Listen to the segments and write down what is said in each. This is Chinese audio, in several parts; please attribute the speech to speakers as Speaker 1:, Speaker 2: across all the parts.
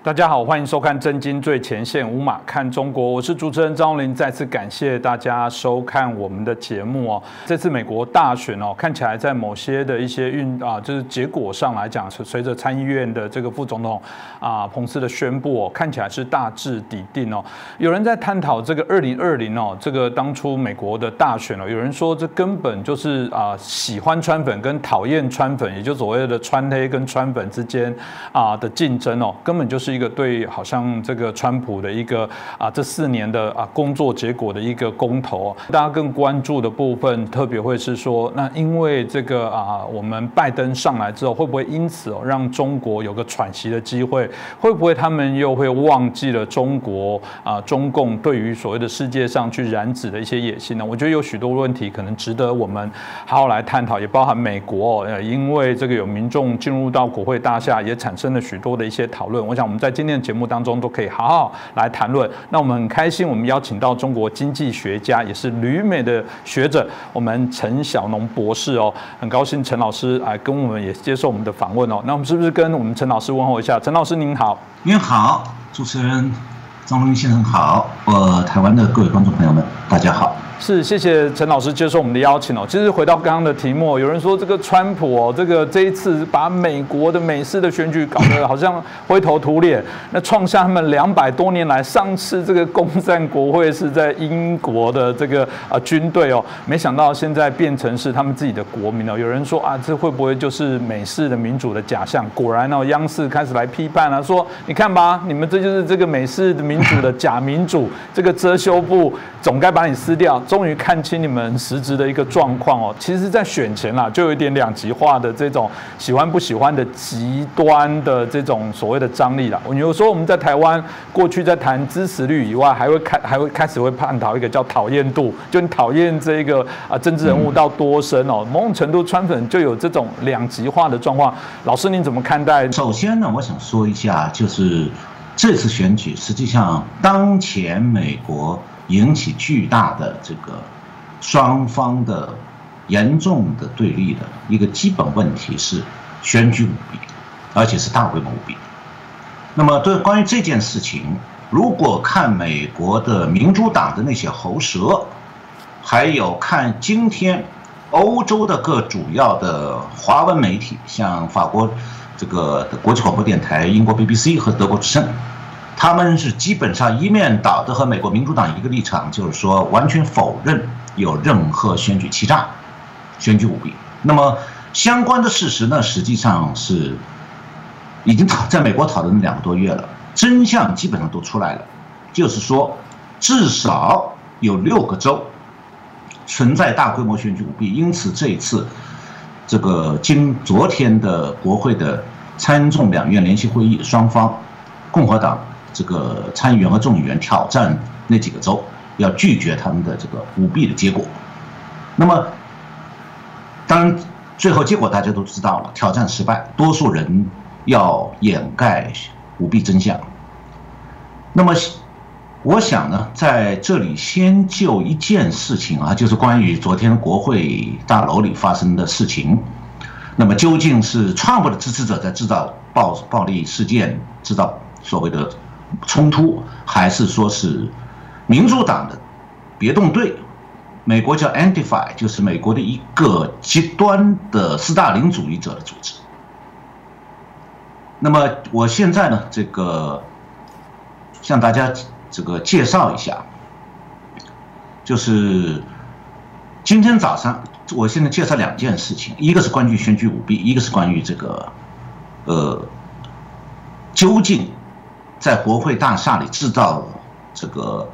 Speaker 1: 大家好，欢迎收看《震惊最前线》无马看中国，我是主持人张荣麟，再次感谢大家收看我们的节目哦。这次美国大选哦，看起来在某些的一些就是结果上来讲，随着参议院的这个副总统彭斯的宣布哦，看起来是大致底定哦。有人在探讨这个2020哦，这个当初美国的大选哦，有人说这根本就是喜欢川粉跟讨厌川粉，也就所谓的川黑跟川粉之间的竞争哦，根本就是一个对好像这个川普的一个这4年的工作结果的一个公投哦。大家更关注的部分，特别会是说，那因为这个我们拜登上来之后，会不会因此让中国有个喘息的机会？会不会他们又会忘记了中国中共对于所谓的世界上去染指的一些野心呢？我觉得有许多问题可能值得我们好好来探讨，也包含美国因为这个有民众进入到国会大厦，也产生了许多的一些讨论。我想我们在今天的节目当中都可以好好来谈论。那我们很开心，我们邀请到中国经济学家，也是旅美的学者，我们陈小农博士哦，很高兴陈老师跟我们也接受我们的访问哦。那我们是不是跟我们陈老师问候一下？陈老师您好。
Speaker 2: 您好，主持人张荣麟先生好，台湾的各位观众朋友们，大家好。
Speaker 1: 是，谢谢陈老师接受我们的邀请哦。其实回到刚刚的题目，有人说这个川普哦，这一次把美国的美式的选举搞得好像灰头土脸，那创下他们200多年来，上次这个攻占国会是在英国的这个军队哦，没想到现在变成是他们自己的国民哦。有人说这会不会就是美式的民主的假象？果然哦，央视开始来批判了，说你看吧，你们这就是这个美式的民主的假民主，这个遮羞布总该把你撕掉。终于看清你们实质的一个状况哦。其实，在选前啦，就有一点两极化的这种喜欢不喜欢的极端的这种所谓的张力啦。有时候我们在台湾过去在谈支持率以外，还会开始会探讨一个叫讨厌度，就你讨厌这个政治人物到多深哦。某种程度，川粉就有这种两极化的状况。老师，您怎么看待？
Speaker 2: 首先呢，我想说一下，就是这次选举，实际上当前美国引起巨大的这个双方的严重的对立的一个基本问题是选举舞弊，而且是大规模舞弊。那么关于这件事情，如果看美国的民主党的那些喉舌，还有看今天欧洲的各主要的华文媒体，像法国这个国际广播电台、英国 BBC 和德国之声，他们是基本上一面倒的和美国民主党一个立场，就是说完全否认有任何选举欺诈、选举舞弊。那么相关的事实呢，实际上是已经在美国讨论2个多月了，真相基本上都出来了，就是说至少有6个州存在大规模选举舞弊。因此这一次这个经昨天的国会的参众两院联席会议，双方共和党这个参议员和众议员挑战那几个州，要拒绝他们的这个舞弊的结果。那么当然最后结果大家都知道了，挑战失败，多数人要掩盖舞弊真相。那么我想呢，在这里先就一件事情就是关于昨天国会大楼里发生的事情。那么究竟是川普的支持者在制造暴力事件，制造所谓的冲突，还是说是民主党的别动队，美国叫 Antifa， 就是美国的一个极端的斯大林主义者的组织。那么我现在呢，这个向大家这个介绍一下，就是今天早上我现在介绍2件事情，一个是关于选举舞弊，一个是关于这个究竟在国会大厦里制造这个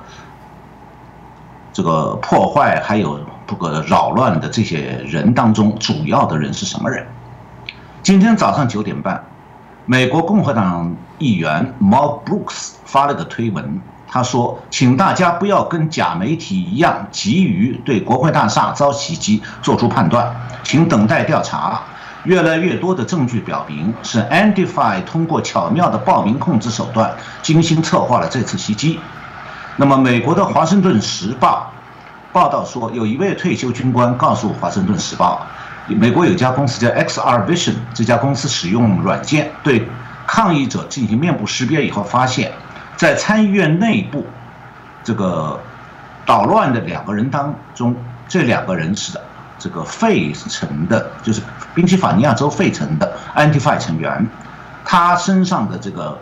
Speaker 2: 破坏还有这个扰乱的这些人当中，主要的人是什么人？今天早上9点半，美国共和党议员 Mo Brooks 发了个推文，他说：“请大家不要跟假媒体一样急于对国会大厦遭袭击做出判断，请等待调查。越来越多的证据表明，是 Antifa 通过巧妙的暴民控制手段，精心策划了这次袭击。”那么，美国的《华盛顿时报》报道说，有一位退休军官告诉《华盛顿时报》，美国有一家公司叫 XR Vision， 这家公司使用软件对抗议者进行面部识别以后，发现，在参议院内部这个捣乱的2个人当中，这2个人是这个费城的，就是宾夕法尼亚州费城的 Antifa 成员，他身上的这个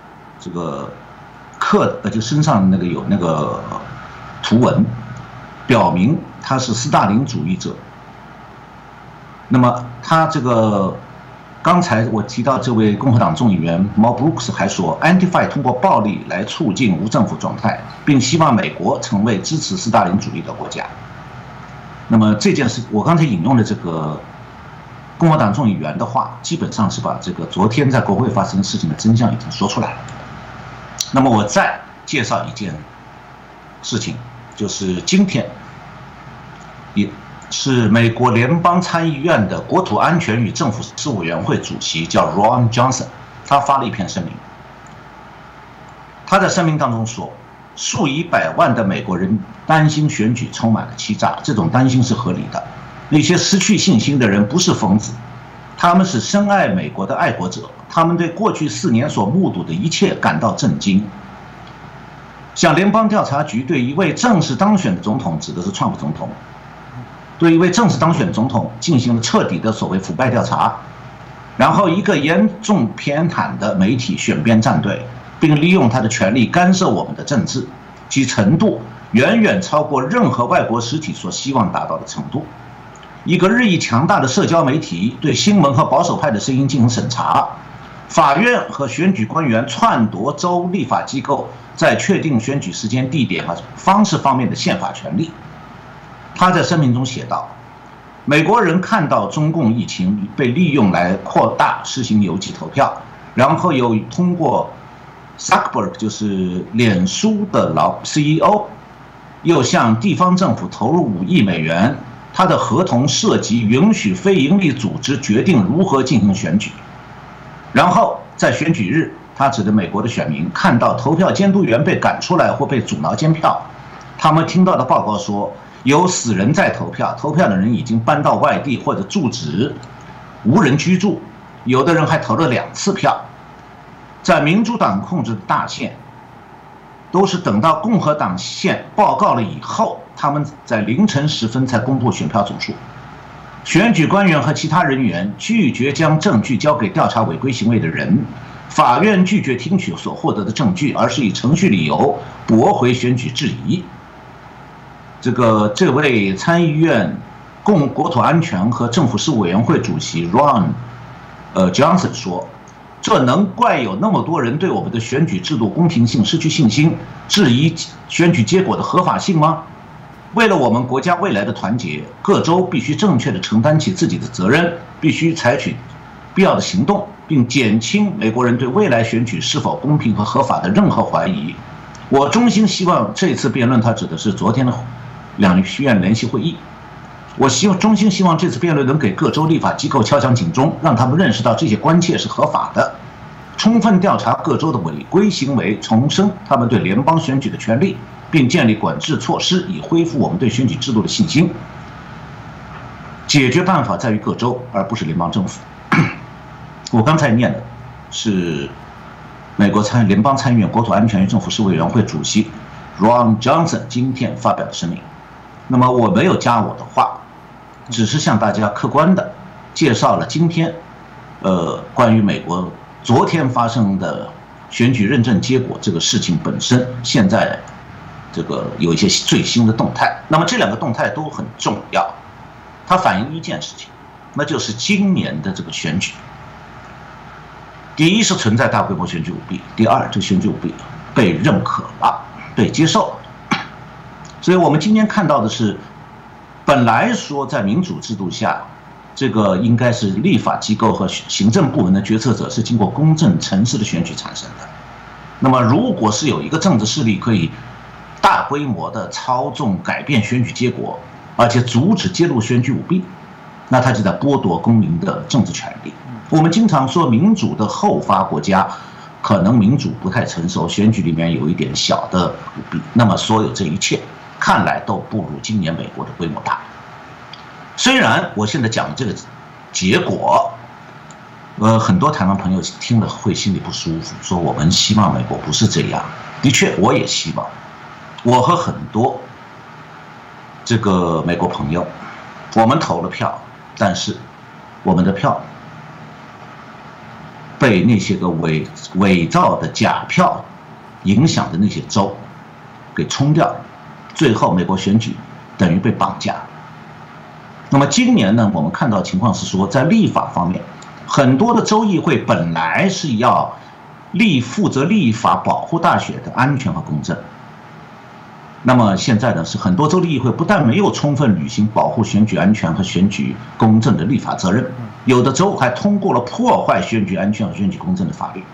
Speaker 2: 就身上那个有那个图文，表明他是斯大林主义者。那么他这个刚才我提到这位共和党众议员毛布鲁克斯还说 ，Antifa 通过暴力来促进无政府状态，并希望美国成为支持斯大林主义的国家。那么这件事，我刚才引用的这个共和党众议员的话，基本上是把这个昨天在国会发生的事情的真相已经说出来了。那么我再介绍一件事情，就是今天也是美国联邦参议院的国土安全与政府事务委员会主席叫 Ron Johnson， 他发了一篇声明。他在声明当中说，数以百万的美国人担心选举充满了欺诈，这种担心是合理的。那些失去信心的人不是疯子，他们是深爱美国的爱国者，他们对过去4年所目睹的一切感到震惊。像联邦调查局对一位正式当选的总统，指的是川普总统，对一位正式当选的总统进行了彻底的所谓腐败调查，然后一个严重偏袒的媒体选边站队，并利用他的权力干涉我们的政治，其程度远远超过任何外国实体所希望达到的程度。一个日益强大的社交媒体对新闻和保守派的声音进行审查，法院和选举官员篡夺州立法机构在确定选举时间、地点和方式方面的宪法权利。他在声明中写道：“美国人看到中共疫情被利用来扩大实行邮寄投票，然后又通过 Zuckerberg 就是脸书的老 CEO， 又向地方政府投入5亿美元。他的合同涉及允许非营利组织决定如何进行选举。然后在选举日，他指的美国的选民看到投票监督员被赶出来或被阻挠监票，他们听到的报告说有死人在投票，投票的人已经搬到外地或者住址无人居住，有的人还投了2次票。在民主党控制的大县，都是等到共和党县报告了以后，他们在凌晨时分才公布选票总数。选举官员和其他人员拒绝将证据交给调查违规行为的人，法院拒绝听取所获得的证据，而是以程序理由驳回选举质疑。这位参议院国土安全和政府事务委员会主席 Ron Johnson 说，这能怪有那么多人对我们的选举制度公平性失去信心，质疑选举结果的合法性吗？为了我们国家未来的团结，各州必须正确地承担起自己的责任，必须采取必要的行动，并减轻美国人对未来选举是否公平和合法的任何怀疑。我衷心希望这次辩论，他指的是昨天的2院联席会议。我衷心希望这次辩论能给各州立法机构敲响警钟，让他们认识到这些关切是合法的，充分调查各州的违规行为，重申他们对联邦选举的权利，并建立管制措施，以恢复我们对选举制度的信心。解决办法在于各州，而不是联邦政府。我刚才念的是美国联邦参议院国土安全与政府事务委员会主席 Ron Johnson 今天发表的声明。那么我没有加我的话，只是向大家客观的介绍了今天关于美国昨天发生的选举认证结果这个事情本身，现在有一些最新的动态。那么这2个动态都很重要，它反映一件事情，那就是今年的这个选举，第一是存在大规模选举舞弊，第二这个选举舞弊被认可了，被接受了。所以我们今天看到的是，本来说在民主制度下，这个应该是立法机构和行政部门的决策者是经过公正诚实的选举产生的。那么如果是有一个政治势力可以大规模的操纵改变选举结果，而且阻止揭露选举舞弊，那他就在剥夺公民的政治权利。我们经常说民主的后发国家可能民主不太成熟，选举里面有一点小的舞弊，那么所有这一切看来都不如今年美国的规模大。虽然我现在讲这个结果， 很多台湾朋友听了会心里不舒服，说我们希望美国不是这样。的确，我也希望，我和很多这个美国朋友，我们投了票，但是我们的票被那些个伪造的假票影响的那些州给冲掉，最后美国选举等于被绑架。那么今年呢，我们看到情况是说，在立法方面，很多的州议会本来是要负责立法保护大选的安全和公正。那么现在呢，是很多州的议会不但没有充分履行保护选举安全和选举公正的立法责任，有的州还通过了破坏选举安全和选举公正的法律。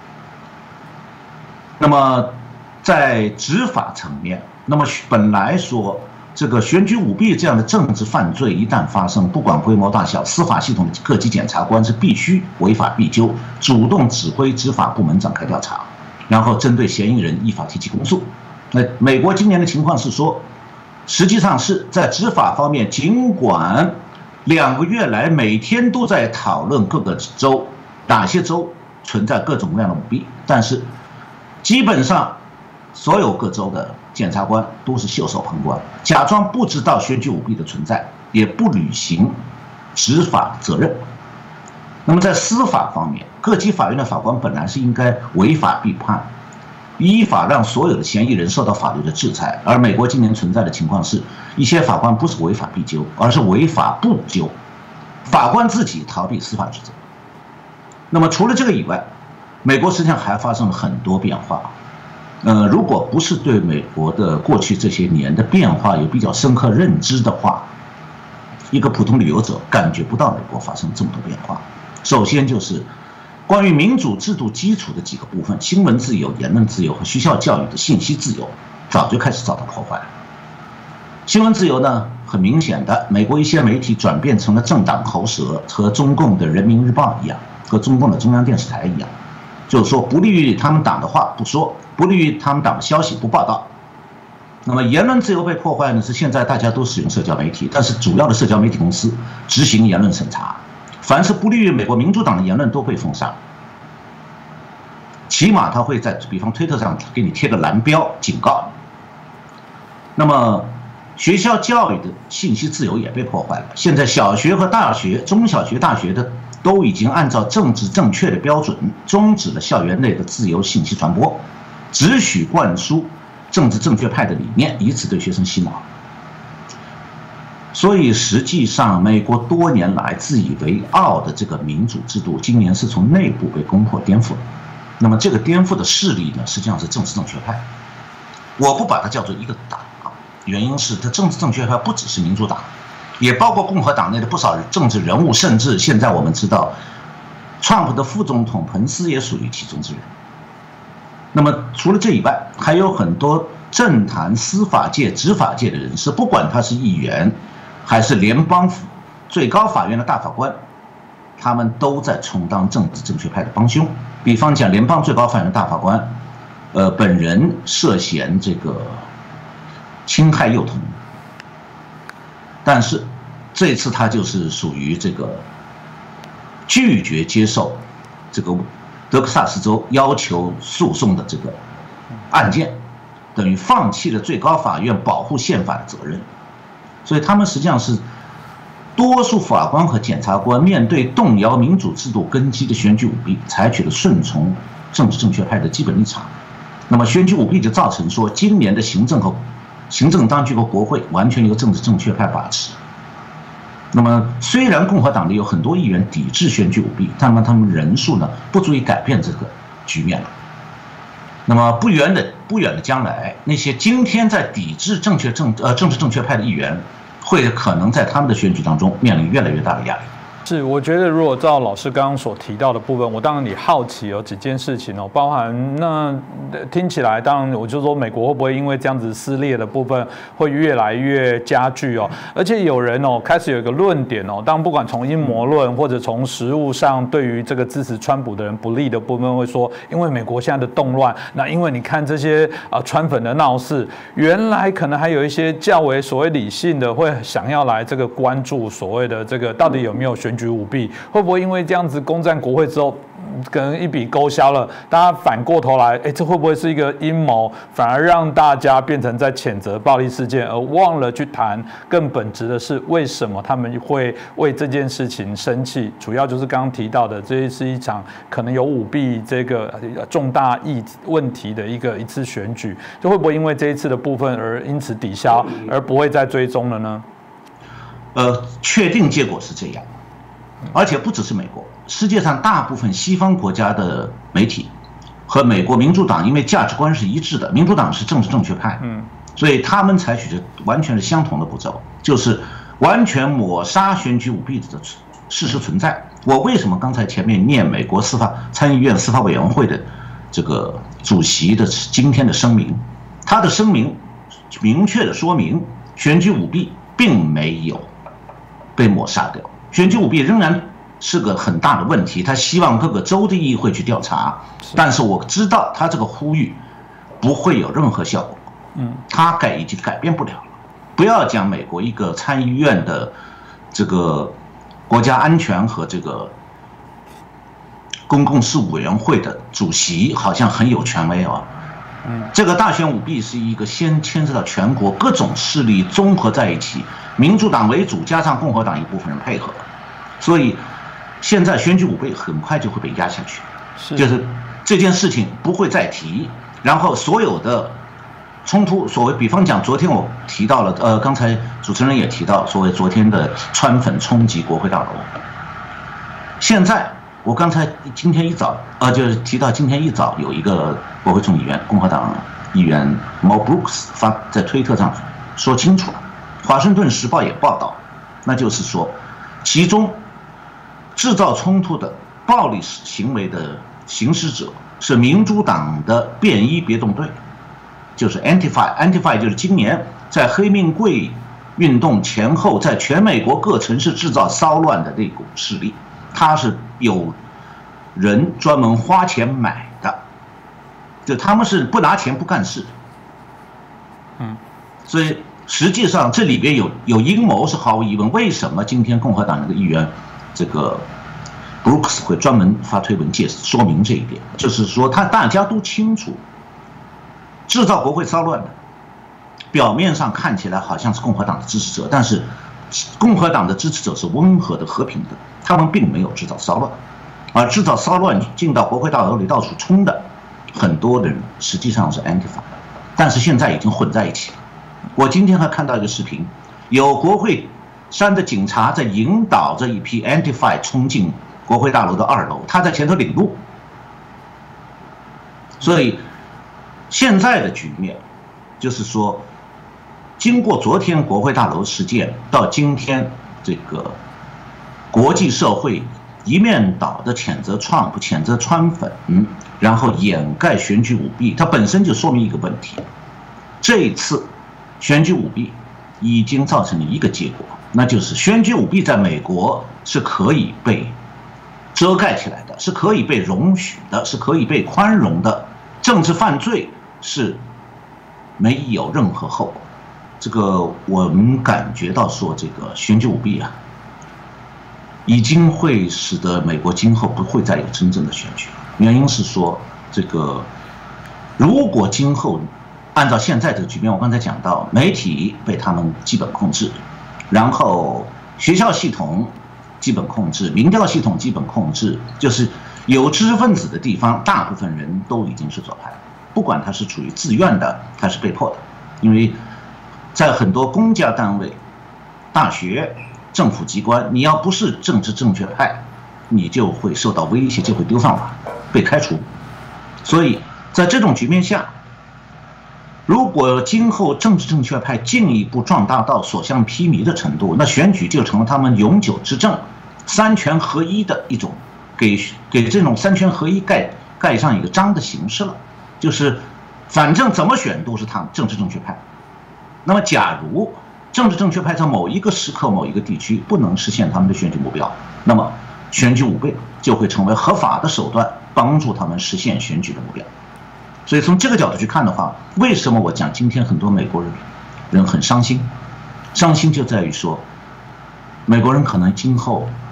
Speaker 2: 那么在执法层面，那么本来说这个选举舞弊这样的政治犯罪一旦发生，不管规模大小，司法系统的各级检察官是必须违法必究，主动指挥执法部门展开调查，然后针对嫌疑人依法提起公诉。那美国今年的情况是说，实际上是在执法方面，尽管2个月来每天都在讨论各个州哪些州存在各种各样的舞弊，但是基本上所有各州的检察官都是袖手旁观，假装不知道选举舞弊的存在，也不履行执法责任。那么在司法方面，各级法院的法官本来是应该违法必判，依法让所有的嫌疑人受到法律的制裁，而美国今年存在的情况是，一些法官不是违法必究，而是违法不究，法官自己逃避司法职责。那么除了这个以外，美国实际上还发生了很多变化。如果不是对美国的过去这些年的变化有比较深刻认知的话，一个普通旅游者感觉不到美国发生这么多变化。首先就是关于民主制度基础的几个部分，新闻自由、言论自由和学校教育的信息自由，早就开始遭到破坏。新闻自由呢，很明显的，美国一些媒体转变成了政党喉舌，和中共的人民日报一样，和中共的中央电视台一样，就是说不利于他们党的话不说，不利于他们党的消息不报道。那么言论自由被破坏呢，是现在大家都使用社交媒体，但是主要的社交媒体公司执行言论审查，凡是不利于美国民主党的言论都被封杀，起码他会在比方推特上给你贴个蓝标警告。那么学校教育的信息自由也被破坏了，现在小学和大学、中小学、大学的都已经按照政治正确的标准终止了校园内的自由信息传播，只许灌输政治正确派的理念，以此对学生洗脑。所以实际上美国多年来自以为傲的这个民主制度，今年是从内部被攻破颠覆了。那么这个颠覆的势力呢，实际上是政治正确派。我不把它叫做一个党，原因是它政治正确派不只是民主党，也包括共和党内的不少政治人物，甚至现在我们知道川普的副总统彭斯也属于其中之人。那么除了这以外，还有很多政坛、司法界、执法界的人士，不管他是议员还是联邦最高法院的大法官，他们都在充当政治正确派的帮凶。比方讲，联邦最高法院的大法官本人涉嫌这个侵害幼童，但是这次他就是属于这个拒绝接受这个德克萨斯州要求诉讼的这个案件，等于放弃了最高法院保护宪法的责任。所以他们实际上是多数法官和检察官面对动摇民主制度根基的选举舞弊，采取了顺从政治正确派的基本立场。那么选举舞弊就造成说，今年的行政当局和国会完全由政治正确派把持。那么虽然共和党里有很多议员抵制选举舞弊，但他们人数呢不足以改变这个局面了。那么不远的将来，那些今天在抵制政治正确派的议员，会可能在他们的选举当中面临越来越大的压力。
Speaker 1: 是，我觉得如果照老师刚刚所提到的部分，我当然也好奇有几件事情哦，包含那听起来，当然我就说美国会不会因为这样子撕裂的部分会越来越加剧哦？而且有人哦开始有一个论点哦，当然不管从阴谋论或者从实务上对于这个支持川普的人不利的部分，会说，因为美国现在的动乱，那因为你看这些川粉的闹事，原来可能还有一些较为所谓理性的会想要来这个关注所谓的这个到底有没有选举举舞弊，会不会因为这样子攻占国会之后，可能一笔勾销了，大家反过头来，这会不会是一个阴谋，反而让大家变成在谴责暴力事件，而忘了去谈更本质的是为什么他们会为这件事情生气？主要就是刚刚提到的，这是一场可能有舞弊这个重大问题的一次选举，就会不会因为这一次的部分而因此抵消，而不会再追踪了呢？
Speaker 2: 确定结果是这样，而且不只是美国，世界上大部分西方国家的媒体和美国民主党因为价值观是一致的，民主党是政治正确派，所以他们采取的完全是相同的步骤，就是完全抹杀选举舞弊的事实存在。我为什么刚才前面念美国参议院司法委员会的这个主席的今天的声明，他的声明明确的说明选举舞弊并没有被抹杀掉，选举舞弊仍然是个很大的问题，他希望各个州的议会去调查，但是我知道他这个呼吁不会有任何效果，他已经改变不了了。不要讲美国一个参议院的这个国家安全和这个公共事务委员会的主席好像很有权威啊。这个大选舞弊是一个先牵涉到全国各种势力综合在一起，民主党为主，加上共和党一部分人配合，所以现在选举舞弊很快就会被压下去，就是这件事情不会再提，然后所有的冲突，所谓比方讲，昨天我提到了，刚才主持人也提到，所谓昨天的川粉冲击国会大楼，现在。我刚才今天一早，就是提到今天一早有一个国会众议员，共和党议员 Mo Brooks 在推特上说清楚了，华盛顿时报也报道，那就是说，其中制造冲突的暴力行为的行使者是民主党的便衣别动队，就是 Antifa 就是今年在黑命贵运动前后，在全美国各城市制造骚乱的那股势力。他是有人专门花钱买的，就他们是不拿钱不干事，所以实际上这里边有阴谋是毫无疑问。为什么今天共和党那个议员这个 Brooks 会专门发推文说明这一点？就是说大家都清楚，制造国会骚乱的，表面上看起来好像是共和党的支持者，但是共和党的支持者是温和的、和平的，他们并没有制造骚乱，而制造骚乱进到国会大楼里到处冲的很多人实际上是 Antifa， 但是现在已经混在一起了。我今天还看到一个视频，有国会山的警察在引导这一批 Antifa 冲进国会大楼的2楼，他在前头领路。所以现在的局面就是说，经过昨天国会大楼事件到今天这个国际社会一面倒的谴责谴责川粉，然后掩盖选举舞弊，它本身就说明一个问题：这一次选举舞弊已经造成了一个结果，那就是选举舞弊在美国是可以被遮盖起来的，是可以被容许的，是可以被宽容的，政治犯罪是没有任何后果。这个我们感觉到说，这个选举舞弊啊，已经会使得美国今后不会再有真正的选举。原因是说，这个如果今后按照现在这个局面，我刚才讲到，媒体被他们基本控制，然后学校系统基本控制，民调系统基本控制，就是有知识分子的地方，大部分人都已经是左派，不管他是处于自愿的还是被迫的，因为在很多公家单位、大学、政府机关，你要不是政治正确派，你就会受到威胁，就会丢饭碗，被开除。所以在这种局面下，如果今后政治正确派进一步壮大到所向披靡的程度，那选举就成了他们永久执政、三权合一的一种给这种三权合一盖上一个章的形式了，就是反正怎么选都是他们政治正确派。那么，假如政治正确派在某一个时刻、某一个地区不能实现他们的选举目标，那么选举舞弊就会成为合法的手段，帮助他们实现选举的目标。所以从这个角度去看的话，为什么我讲今天很多美国人很伤心？伤心就在于说，美国人可能今后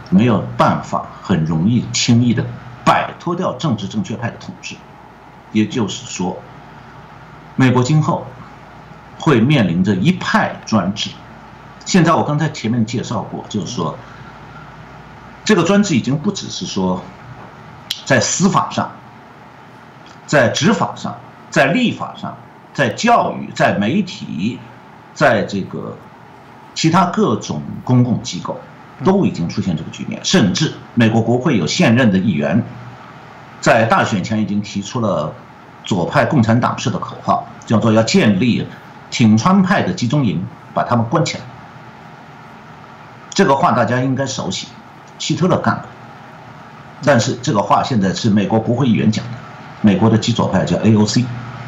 Speaker 2: 没有办法很容易轻易的摆脱掉政治正确派的统治。也就是说，美国今后会面临着一派专制。现在我刚才前面介绍过，就是说，这个专制已经不只是说在司法上、在执法上、在立法上、在教育、在媒体、在这个其他各种公共机构都已经出现这个局面，甚至美国国会有现任的议员在大选前已经提出了左派共产党式的口号，叫做要建立挺川派的集中营，把他们关起来。这个话大家应该熟悉，希特勒干过。但是这个话现在是美国国会议员讲的，美国的极左派叫 AOC。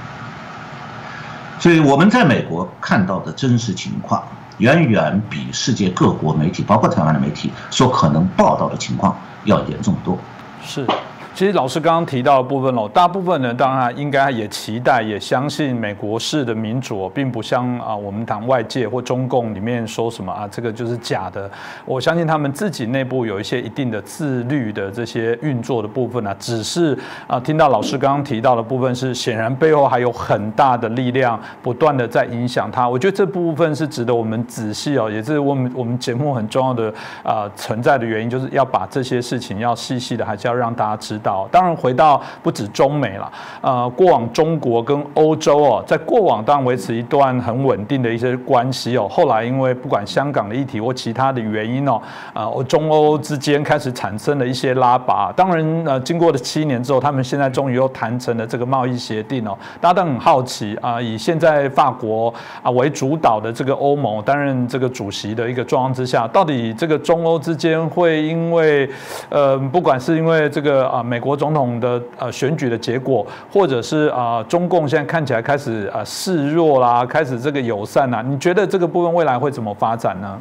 Speaker 2: 所以我们在美国看到的真实情况，远远比世界各国媒体，包括台湾的媒体所可能报道的情况要严重得多。
Speaker 1: 是。其实老师刚刚提到的部分大部分人当然应该也期待、也相信美国式的民主并不像我们党外界或中共里面说什么这个就是假的。我相信他们自己内部有一些一定的自律的这些运作的部分只是听到老师刚刚提到的部分是显然背后还有很大的力量不断的在影响它。我觉得这部分是值得我们仔细也是我们节目很重要的存在的原因，就是要把这些事情要细细的还是要让大家知道。当然回到不止中美了，过往中国跟欧洲在过往当然维持一段很稳定的一些关系后来因为不管香港的议题或其他的原因中欧之间开始产生了一些拉拔。当然经过了7年之后，他们现在终于又谈成了这个贸易协定大家都很好奇以现在法国为主导的这个欧盟担任这个主席的一个状况之下，到底这个中欧之间会因为不管是因为这个美国总统的选举的结果，或者是中共现在看起来开始示弱啦，开始这个友善你觉得这个部分未来会怎么发展呢？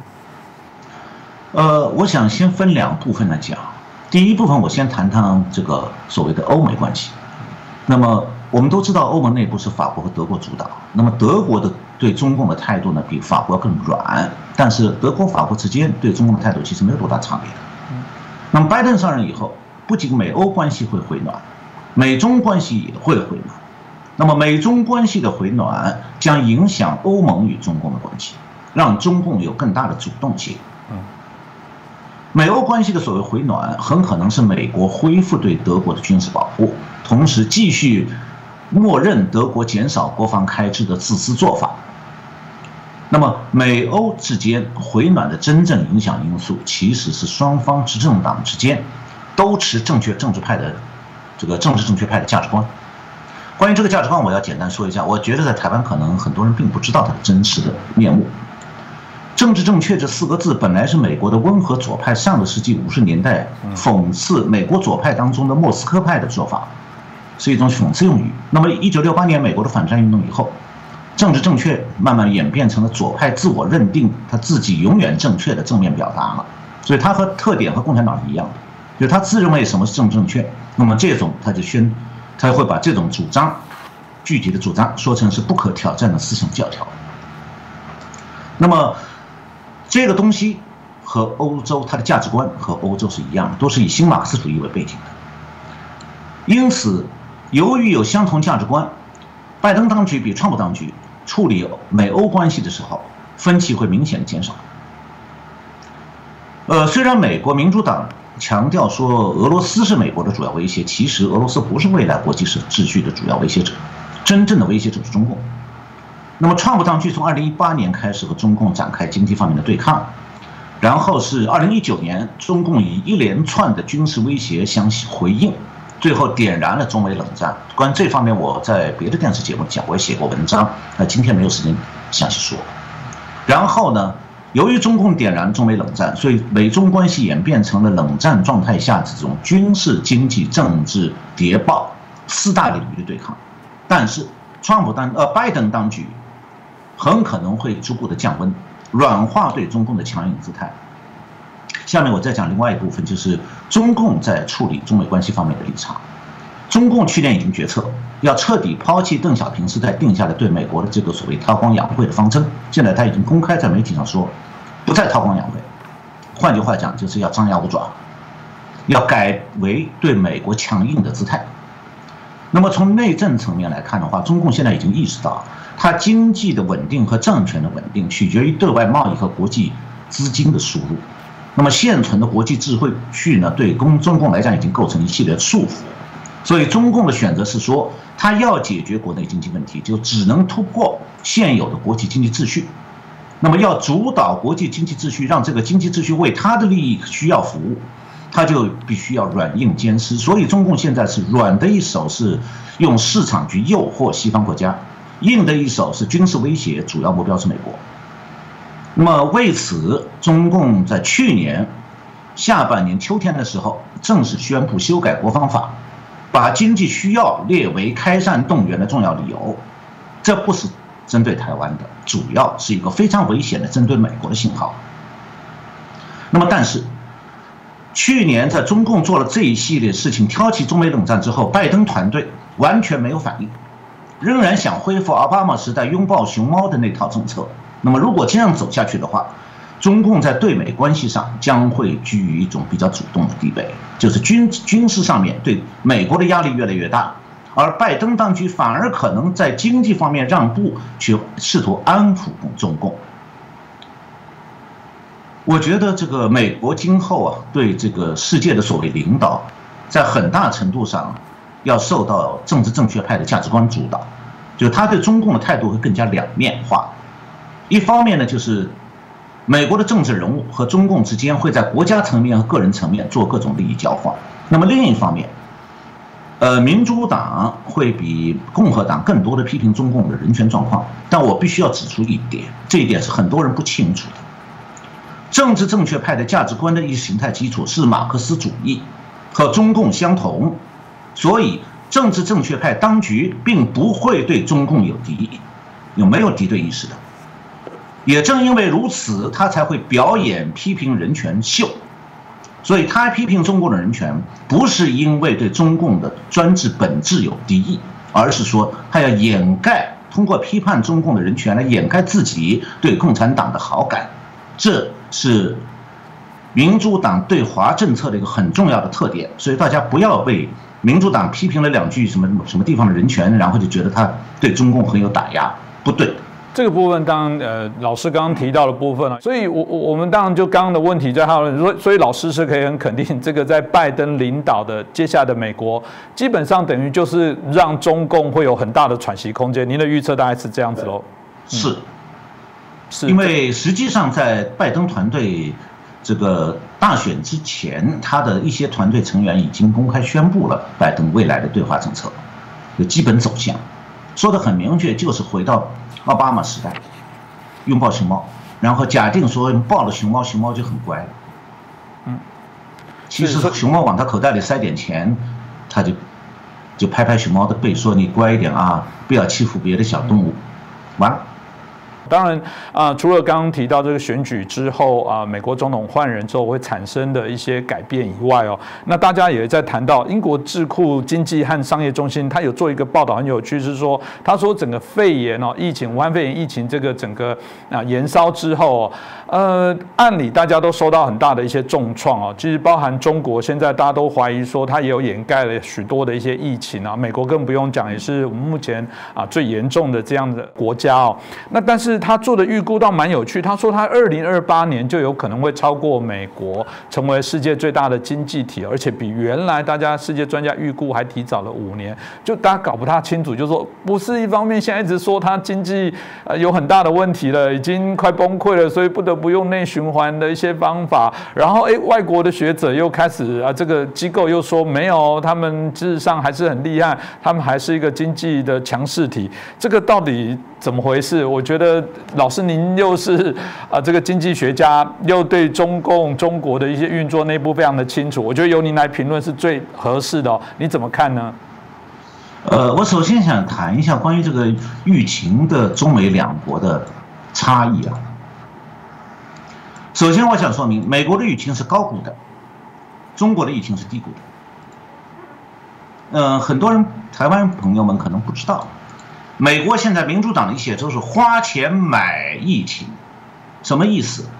Speaker 2: 我想先分2部分来讲。第一部分我先谈谈这个所谓的欧美关系。那么我们都知道欧盟内部是法国和德国主导，那么德国的对中共的态度呢比法国更软，但是德国法国之间对中共的态度其实没有多大差别的。那么拜登上任以后，不仅美欧关系会回暖，美中关系也会回暖。那么美中关系的回暖将影响欧盟与中共的关系，让中共有更大的主动性。美欧关系的所谓回暖，很可能是美国恢复对德国的军事保护，同时继续默认德国减少国防开支的自私做法。那么美欧之间回暖的真正影响因素，其实是双方执政党之间都持政治正确派的价值观。关于这个价值观，我要简单说一下。我觉得在台湾可能很多人并不知道它的真实的面目。政治正确这4个字本来是美国的温和左派上个世纪50年代讽刺美国左派当中的莫斯科派的说法，是一种讽刺用语。那么1968年美国的反战运动以后，政治正确慢慢演变成了左派自我认定他自己永远正确的正面表达了。所以他和特点和共产党是一样的，就是他自认为什么是政治正确，那么这种他会把这种主张具体的主张说成是不可挑战的思想教条。那么这个东西和欧洲它的价值观和欧洲是一样的，都是以新马克思主义为背景的。因此由于有相同价值观，拜登当局比川普当局处理美欧关系的时候分歧会明显减少。虽然美国民主党强调说俄罗斯是美国的主要威胁，其实俄罗斯不是未来国际秩序的主要威胁者，真正的威胁者是中共。那么川普当局从2018年开始和中共展开经济方面的对抗，然后是2019年中共以一连串的军事威胁相回应，最后点燃了中美冷战。关于这方面我在别的电视节目讲，我也写过文章，今天没有时间详细说。然后呢，由于中共点燃中美冷战，所以美中关系演变成了冷战状态下这种军事、经济、政治谍报4大领域的对抗。但是拜登当局很可能会逐步的降温，软化对中共的强硬姿态。下面我再讲另外一部分，就是中共在处理中美关系方面的立场。中共去年已经决策要彻底抛弃邓小平时代定下的对美国的这个所谓韬光养晦的方针，现在他已经公开在媒体上说不再韬光养晦， 换句话讲，就是要张牙舞爪，要改为对美国强硬的姿态。那么从内政层面来看的话，中共现在已经意识到，它经济的稳定和政权的稳定取决于对外贸易和国际资金的输入。那么现存的国际秩序呢，对中共来讲已经构成一系列的束缚。所以中共的选择是说，它要解决国内经济问题，就只能突破现有的国际经济秩序。那么要主导国际经济秩序，让这个经济秩序为它的利益需要服务，它就必须要软硬兼施。所以中共现在是软的一手是用市场去诱惑西方国家，硬的一手是军事威胁，主要目标是美国。那么为此，中共在去年下半年秋天的时候，正式宣布修改国防法，把经济需要列为开战动员的重要理由。这不是针对台湾的，主要是一个非常危险的针对美国的信号。那么但是去年在中共做了这一系列事情，挑起中美冷战之后，拜登团队完全没有反应，仍然想恢复奥巴马时代拥抱熊猫的那套政策。那么如果这样走下去的话，中共在对美关系上将会居于一种比较主动的地位，就是军事上面对美国的压力越来越大，而拜登当局反而可能在经济方面让步，去试图安抚中共。我觉得这个美国今后对这个世界的所谓领导，在很大程度上要受到政治正确派的价值观主导，就是他对中共的态度会更加两面化。一方面呢，就是美国的政治人物和中共之间会在国家层面和个人层面做各种利益交换。那么另一方面，民主党会比共和党更多的批评中共的人权状况。但我必须要指出一点，这一点是很多人不清楚的：政治正确派的价值观的意识形态基础是马克思主义，和中共相同，所以政治正确派当局并不会对中共有没有敌对意识的。也正因为如此，他才会表演批评人权秀。所以他批评中共的人权，不是因为对中共的专制本质有敌意，而是说他要掩盖，通过批判中共的人权来掩盖自己对共产党的好感。这是民主党对华政策的一个很重要的特点。所以大家不要被民主党批评了两句什么地方的人权，然后就觉得他对中共很有打压，不对。
Speaker 1: 这个部分当然，老师刚刚提到的部分所以我们当然就刚刚的问题在讨论，所以老师是可以很肯定，这个在拜登领导的接下来的美国，基本上等于就是让中共会有很大的喘息空间。您的预测大概是这样子喽？
Speaker 2: 是，因为实际上在拜登团队这个大选之前，他的一些团队成员已经公开宣布了拜登未来的对华政策的基本走向，说得很明确，就是回到奥巴马时代，拥抱熊猫，然后假定说抱了熊猫，熊猫就很乖。其实熊猫往他口袋里塞点钱，他就拍拍熊猫的背，说你乖一点啊，不要欺负别的小动物，完了。
Speaker 1: 当然除了刚刚提到这个选举之后美国总统换人之后会产生的一些改变以外那大家也在谈到英国智库经济和商业中心，他有做一个报道很有趣，是说他说整个肺炎疫情，武汉肺炎疫情这个整个延烧之后按理大家都受到很大的一些重创其实包含中国现在大家都怀疑说它也有掩盖了许多的一些疫情美国更不用讲，也是我们目前最严重的这样的国家那但是他做的预估倒蛮有趣，他说他2028年就有可能会超过美国，成为世界最大的经济体，而且比原来大家世界专家预估还提早了5年。就大家搞不太清楚，就是说不是一方面现在一直说他经济有很大的问题了，已经快崩溃了，所以不得不用内循环的一些方法。然后外国的学者又开始这个机构又说没有，他们事实上还是很厉害，他们还是一个经济的强势体。这个到底怎么回事？我觉得老师您又是这个经济学家，又对中国的一些运作内部非常的清楚，我觉得由您来评论是最合适的你怎么看呢？
Speaker 2: 我首先想谈一下关于这个疫情的中美两国的差异首先我想说明，美国的疫情是高估的，中国的疫情是低估的。很多人台湾朋友们可能不知道，美国现在民主党的一些州是花钱买疫情，什么意思？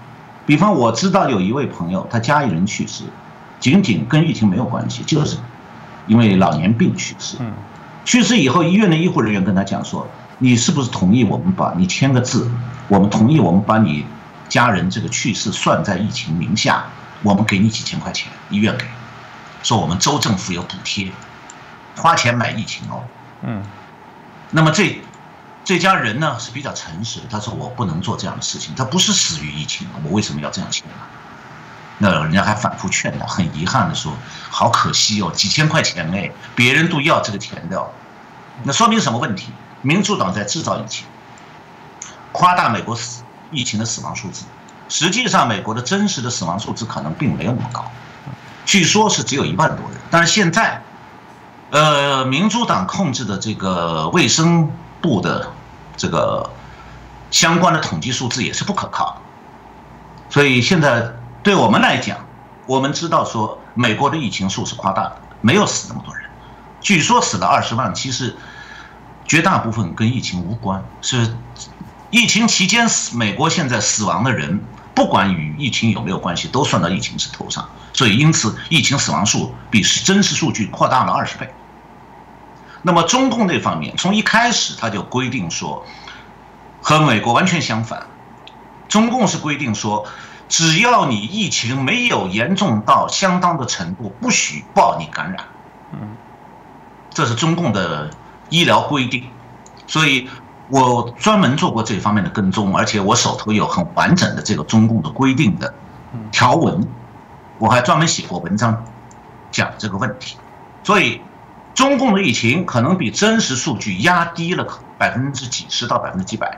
Speaker 2: 比方我知道有一位朋友，他家里人去世，仅仅跟疫情没有关系，就是因为老年病去世。去世以后，医院的医护人员跟他讲说：“你是不是同意我们把你签个字？我们同意我们把你家人这个去世算在疫情名下，我们给你几千块钱，医院给，说我们州政府有补贴，花钱买疫情哦。”那么这家人呢是比较诚实的，他说我不能做这样的事情，他不是死于疫情，我为什么要这样签呢？那人家还反复劝他，很遗憾的说，好可惜哦，几千块钱哎，别人都要这个钱的。那说明什么问题？民主党在制造疫情，夸大美国疫情的死亡数字，实际上美国的真实的死亡数字可能并没有那么高，据说是只有1万多人，但是现在，民主党控制的这个卫生部的这个相关的统计数字也是不可靠的，所以现在对我们来讲，我们知道说美国的疫情数是夸大的，没有死那么多人，据说死了20万，其实绝大部分跟疫情无关，是疫情期间美国现在死亡的人，不管与疫情有没有关系，都算到疫情是头上，所以因此疫情死亡数比真实数据扩大了20倍。那么中共那方面从一开始他就规定说，和美国完全相反，中共是规定说，只要你疫情没有严重到相当的程度，不许报你感染。这是中共的医疗规定，所以我专门做过这方面的跟踪，而且我手头有很完整的这个中共的规定的条文，我还专门写过文章讲这个问题。所以中共的疫情可能比真实数据压低了几十到几百，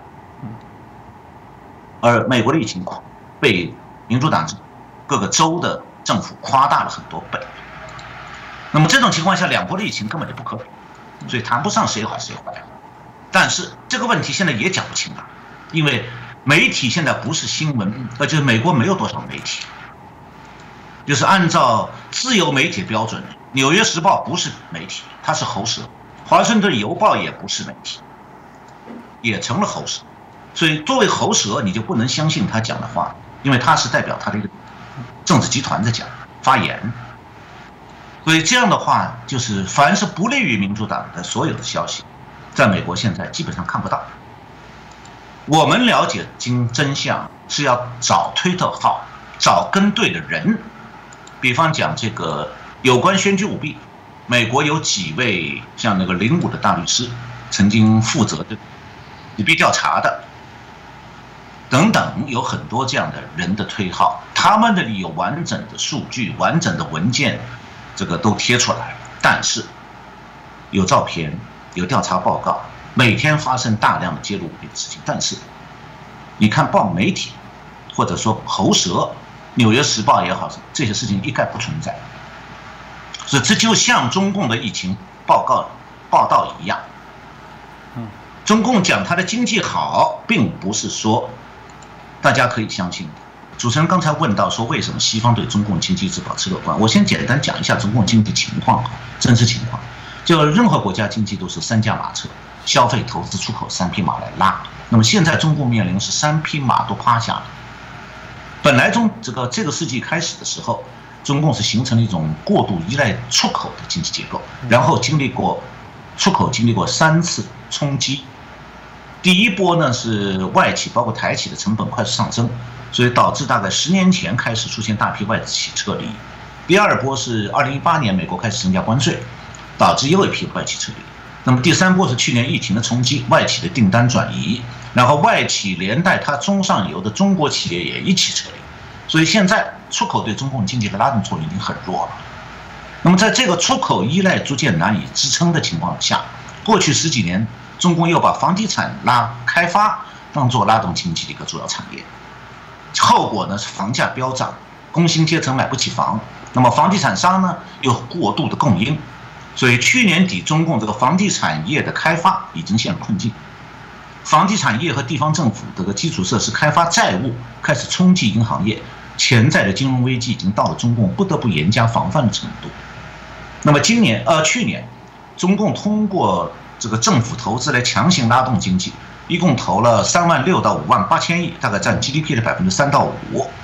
Speaker 2: 而美国的疫情被民主党各个州的政府夸大了很多倍。那么这种情况下，两国的疫情根本就不可比，所以谈不上谁好谁坏。但是这个问题现在也讲不清了，因为媒体现在不是新闻，就是美国没有多少媒体，就是按照自由媒体标准，《纽约时报》不是媒体，它是喉舌；《华盛顿邮报》也不是媒体，也成了喉舌。所以作为喉舌，你就不能相信他讲的话，因为他是代表他的一个政治集团在讲发言。所以这样的话，就是凡是不利于民主党的所有的消息，在美国现在基本上看不到。我们了解真相是要找推特号，找跟对的人。比方讲这个有关选举舞弊，美国有几位像那个05的大律师，曾经负责的舞弊调查的，等等，有很多这样的人的推号，他们那里有完整的数据、完整的文件，这个都贴出来了。但是有照片、有调查报告，每天发生大量的揭露舞弊的事情。但是你看媒体，或者说喉舌，《纽约时报》也好，这些事情一概不存在。所以这就像中共的疫情报道一样。中共讲他的经济好，并不是说大家可以相信的。主持人刚才问到说，为什么西方对中共经济一直保持乐观？我先简单讲一下中共经济情况，真实情况。就任何国家经济都是3驾马车，消费、投资、出口3匹马来拉。那么现在中共面临是3匹马都趴下了。本来这个世纪开始的时候，中共是形成了一种过度依赖出口的经济结构，然后出口经历过3次冲击。第一波呢是外企包括台企的成本快速上升，所以导致大概10年前开始出现大批外企撤离。第二波是2018年美国开始增加关税，导致又一批外企撤离。那么第3波是去年疫情的冲击，外企的订单转移，然后外企连带它中上游的中国企业也一起撤离。所以现在出口对中共经济的拉动作用已经很弱了。那么在这个出口依赖逐渐难以支撑的情况下，过去10几年，中共又把房地产开发当作拉动经济的一个主要产业，后果呢是房价飙涨，工薪阶层买不起房，那么房地产商呢又过度的供应，所以去年底中共这个房地产业的开发已经陷入困境，房地产业和地方政府这个基础设施开发债务开始冲击银行业，潜在的金融危机已经到了中共不得不严加防范的程度。那么去年，中共通过这个政府投资来强行拉动经济，一共投了36000到58000亿，大概占 GDP 的3%到5%。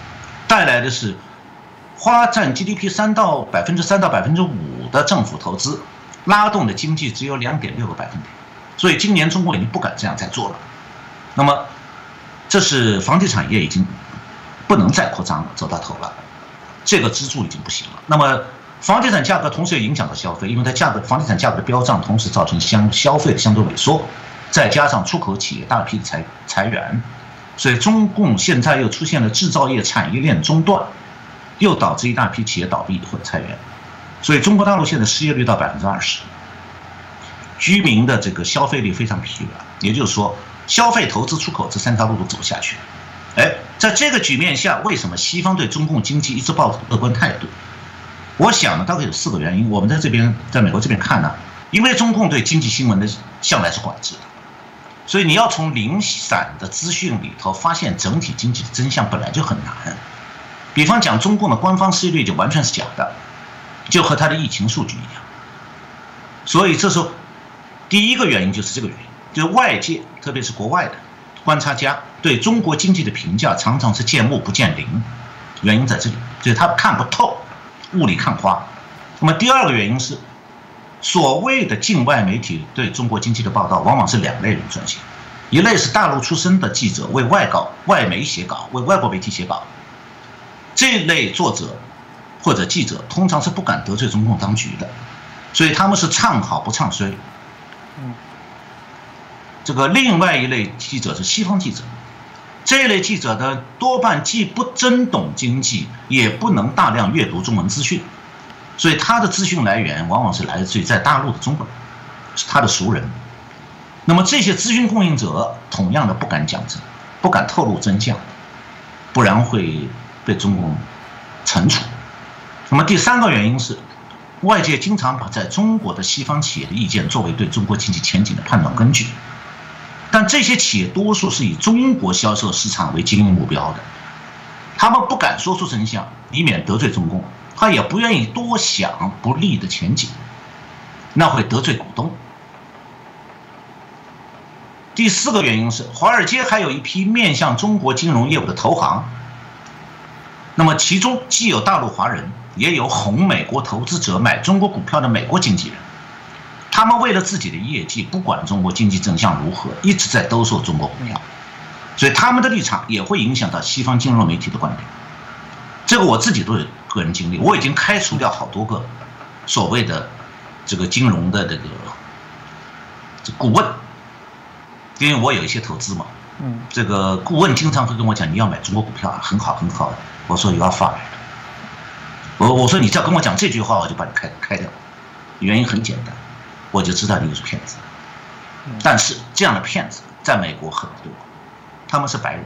Speaker 2: 带来的是占 GDP 3%到5%的政府投资，拉动的经济只有2.6个百分点。所以今年中国已经不敢这样再做了。那么，这是房地产业已经不能再扩张了，走到头了，这个支柱已经不行了。那么，房地产价格同时也影响到消费，因为它房地产价格的飙涨，同时造成消费的相对萎缩，再加上出口企业大批的裁员，所以中共现在又出现了制造业产业链中断，又导致一大批企业倒闭或者裁员，所以中国大陆现在失业率到20%，居民的这个消费力非常疲软，也就是说，消费、投资、出口这3条路都走不下去。在这个局面下，为什么西方对中共经济一直抱乐观态度？我想呢，大概有4个原因。我们在美国这边看呢，因为中共对经济新闻的向来是管制的，所以你要从零散的资讯里头发现整体经济的真相本来就很难。比方讲，中共的官方失业率就完全是假的，就和它的疫情数据一样。所以这时候，第一个原因就是这个原因，就是外界，特别是国外的观察家对中国经济的评价常常是见木不见林，原因在这里，就是他看不透，雾里看花。那么第二个原因是，所谓的境外媒体对中国经济的报道，往往是2类人撰写，一类是大陆出身的记者为外媒写稿，为外国媒体写稿，这类作者或者记者通常是不敢得罪中共当局的，所以他们是唱好不唱衰。这个另外一类记者是西方记者，这一类记者呢，多半既不真懂经济，也不能大量阅读中文资讯，所以他的资讯来源往往是来自于在大陆的中国人，是他的熟人。那么这些资讯供应者同样的不敢讲真，不敢透露真相，不然会被中共惩处。那么第3个原因是，外界经常把在中国的西方企业的意见作为对中国经济前景的判断根据，但这些企业多数是以中国销售市场为经营目标的，他们不敢说出真相，以免得罪中共，他也不愿意多想不利的前景，那会得罪股东。第4个原因是，华尔街还有一批面向中国金融业务的投行，那么其中既有大陆华人，也有哄美国投资者买中国股票的美国经纪人，他们为了自己的业绩，不管中国经济真相如何，一直在兜售中国股票，所以他们的立场也会影响到西方金融媒体的观点。这个我自己都有个人经历，我已经开除掉好多个所谓的这个金融的这个顾问，因为我有一些投资嘛，这个顾问经常会跟我讲，你要买中国股票很好很好，我说you are fired，我说你只要跟我讲这句话，我就把你开掉，原因很简单，我就知道你是骗子。但是这样的骗子在美国很多，他们是白人。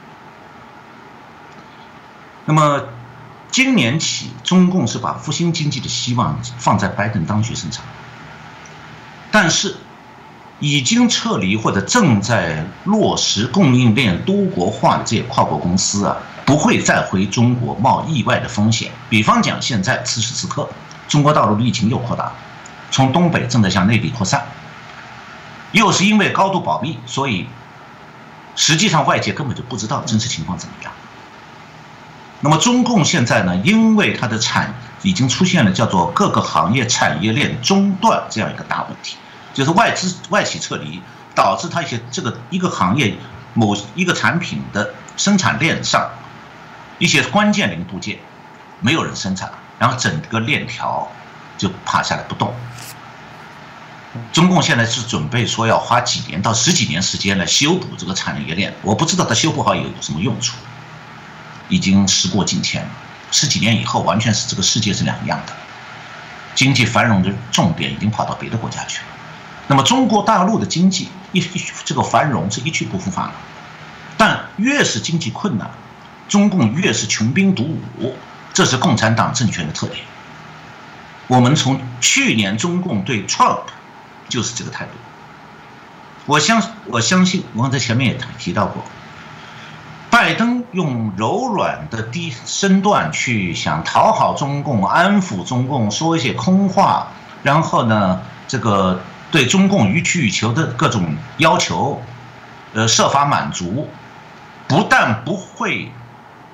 Speaker 2: 那么今年起，中共是把复兴经济的希望放在拜登当局身上，但是已经撤离或者正在落实供应链多国化的这些跨国公司啊，不会再回中国冒意外的风险。比方讲，现在此时此刻，中国大陆的疫情又扩大了，从东北正在向内地扩散，又是因为高度保密，所以实际上外界根本就不知道真实情况怎么样。那么中共现在呢，因为它的已经出现了叫做各个行业产业链中断这样一个大问题，就是外企撤离，导致它一个行业某一个产品的生产链上一些关键零部件没有人生产，然后整个链条就趴下来不动。中共现在是准备说要花几年到10几年时间来修补这个产业链，我不知道它修补好有什么用处。已经时过境迁了，10几年以后，完全是这个世界是两样的，经济繁荣的重点已经跑到别的国家去了。那么中国大陆的经济这个繁荣是一去不复返了，但越是经济困难，中共越是穷兵黩武，这是共产党政权的特点。我们从去年中共对 Trump 就是这个态度。我相信，我在前面也提到过。拜登用柔软的低身段去想讨好中共、安抚中共，说一些空话，然后呢，这个对中共予取予求的各种要求，设法满足，不但不会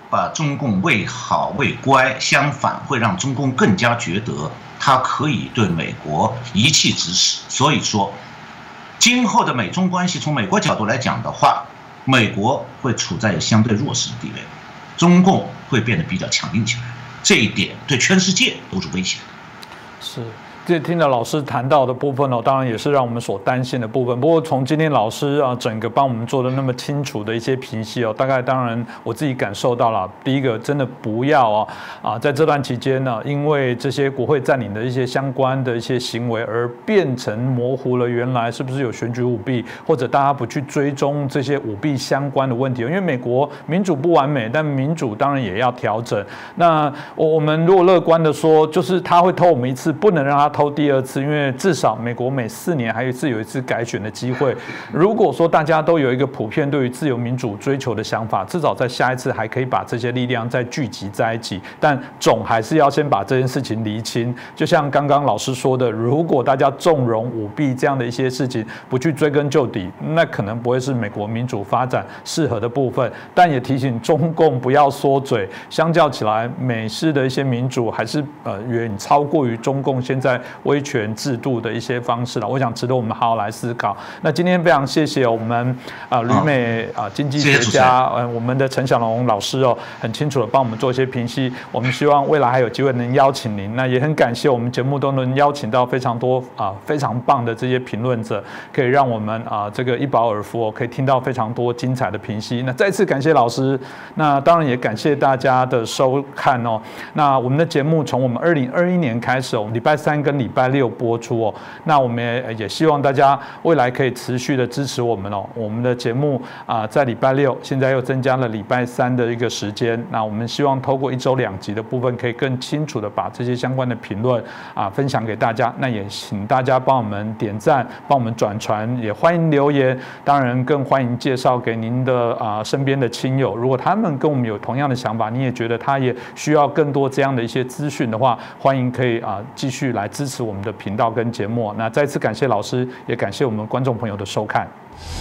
Speaker 2: 把中共为好为乖，相反会让中共更加觉得他可以对美国一气指使。所以说，今后的美中关系，从美国角度来讲的话，美国会处在相对弱势的地位，中共会变得比较强硬起来，这一点对全世界都是危险的。
Speaker 1: 是。这听了老师谈到的部分当然也是让我们所担心的部分。不过从今天老师整个帮我们做的那么清楚的一些评析大概当然我自己感受到了，第一个真的不要在这段期间呢，因为这些国会占领的一些相关的一些行为而变成模糊了原来是不是有选举舞弊，或者大家不去追踪这些舞弊相关的问题。因为美国民主不完美，但民主当然也要调整。那我们如果乐观的说，就是他会偷我们一次，不能让他偷第二次，因为至少美国每4年还有一次改选的机会。如果说大家都有一个普遍对于自由民主追求的想法，至少在下一次还可以把这些力量再聚集在一起。但总还是要先把这件事情厘清。就像刚刚老师说的，如果大家纵容舞弊这样的一些事情，不去追根究底，那可能不会是美国民主发展适合的部分。但也提醒中共不要缩嘴，相较起来，美式的一些民主还是远超过于中共现在威权制度的一些方式了，我想值得我们好好来思考。那今天非常谢谢我们旅美经济学家我们的陈小龙老师很清楚的帮我们做一些评析。我们希望未来还有机会能邀请您，那也很感谢我们节目都能邀请到非常多非常棒的这些评论者，可以让我们这个一饱耳福可以听到非常多精彩的评析。那再次感谢老师，那当然也感谢大家的收看那我们的节目从我们2021年开始礼拜3跟礼拜6播出那我们也希望大家未来可以持续的支持我们我们的节目在礼拜6现在又增加了礼拜3的一个时间。那我们希望透过1周2集的部分，可以更清楚的把这些相关的评论分享给大家。那也请大家帮我们点赞，帮我们转传，也欢迎留言。当然更欢迎介绍给您的身边的亲友，如果他们跟我们有同样的想法，你也觉得他也需要更多这样的一些资讯的话，欢迎可以继续来支持我们的频道跟节目。那再次感谢老师，也感谢我们观众朋友的收看。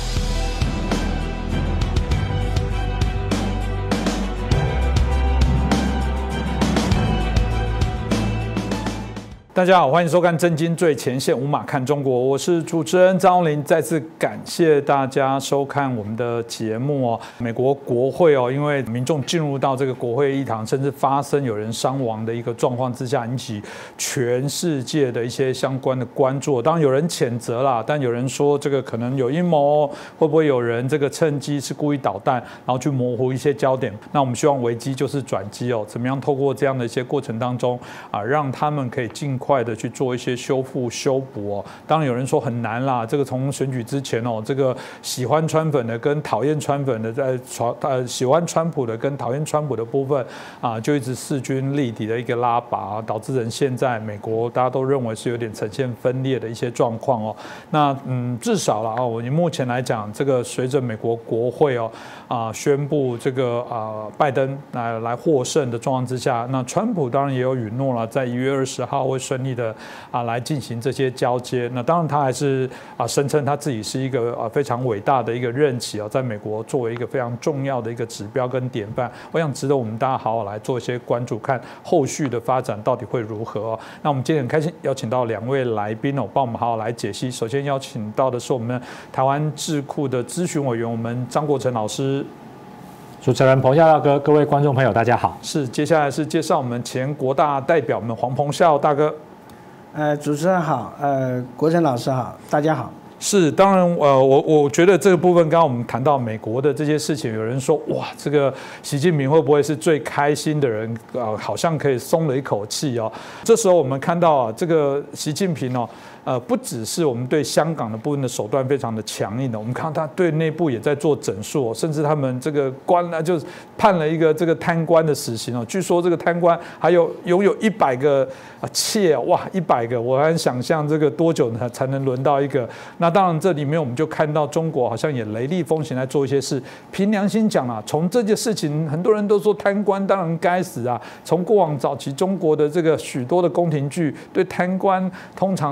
Speaker 1: 大家好，欢迎收看《震惊最前线》，无马看中国，我是主持人张荣麟。再次感谢大家收看我们的节目美国国会因为民众进入到这个国会议堂，甚至发生有人伤亡的一个状况之下，引起全世界的一些相关的关注。当然有人谴责啦，但有人说这个可能有阴谋会不会有人这个趁机是故意捣蛋，然后去模糊一些焦点？那我们希望危机就是转机怎么样透过这样的一些过程当中让他们可以尽快的去做一些修复修补当然有人说很难啦，这个从选举之前这个喜欢川粉的跟讨厌川粉的喜欢川普的跟讨厌川普的部分就一直势均力敌的一个拉拔，导致人现在美国大家都认为是有点呈现分裂的一些状况那至少啦以目前来讲，这个随着美国国会宣布这个拜登来获胜的状况之下，那川普当然也有允诺了，在1月20号会顺利的来进行这些交接。那当然他还是声称他自己是一个非常伟大的一个任期在美国作为一个非常重要的一个指标跟典范，我想值得我们大家好好来做一些关注，看后续的发展到底会如何那我们今天很开心邀请到2位来宾帮我们好好来解析。首先邀请到的是我们台湾智库的咨询委员，我们张国成老师。
Speaker 3: 主持人彭孝大哥，各位观众朋友，大家好。
Speaker 1: 接下来是介绍我们前国大代表们黄鹏孝大哥。
Speaker 4: 主持人好，国成老师好，大家好。
Speaker 1: 当然，我觉得这个部分，刚刚我们谈到美国的这些事情，有人说，哇，这个习近平会不会是最开心的人？好像可以松了一口气这时候我们看到这个习近平不只是我们对香港的部分的手段非常的强硬我们看到他对内部也在做整肃甚至他们这个就判了一个这个贪官的死刑据说这个贪官还有拥有100个妾哇，100个，我很想象这个多久才能轮到一个？那当然这里面我们就看到中国好像也雷厉风行来做一些事。凭良心讲从这件事情，很多人都说贪官当然该死从过往早期中国的这个许多的宫廷剧，对贪官通常大家都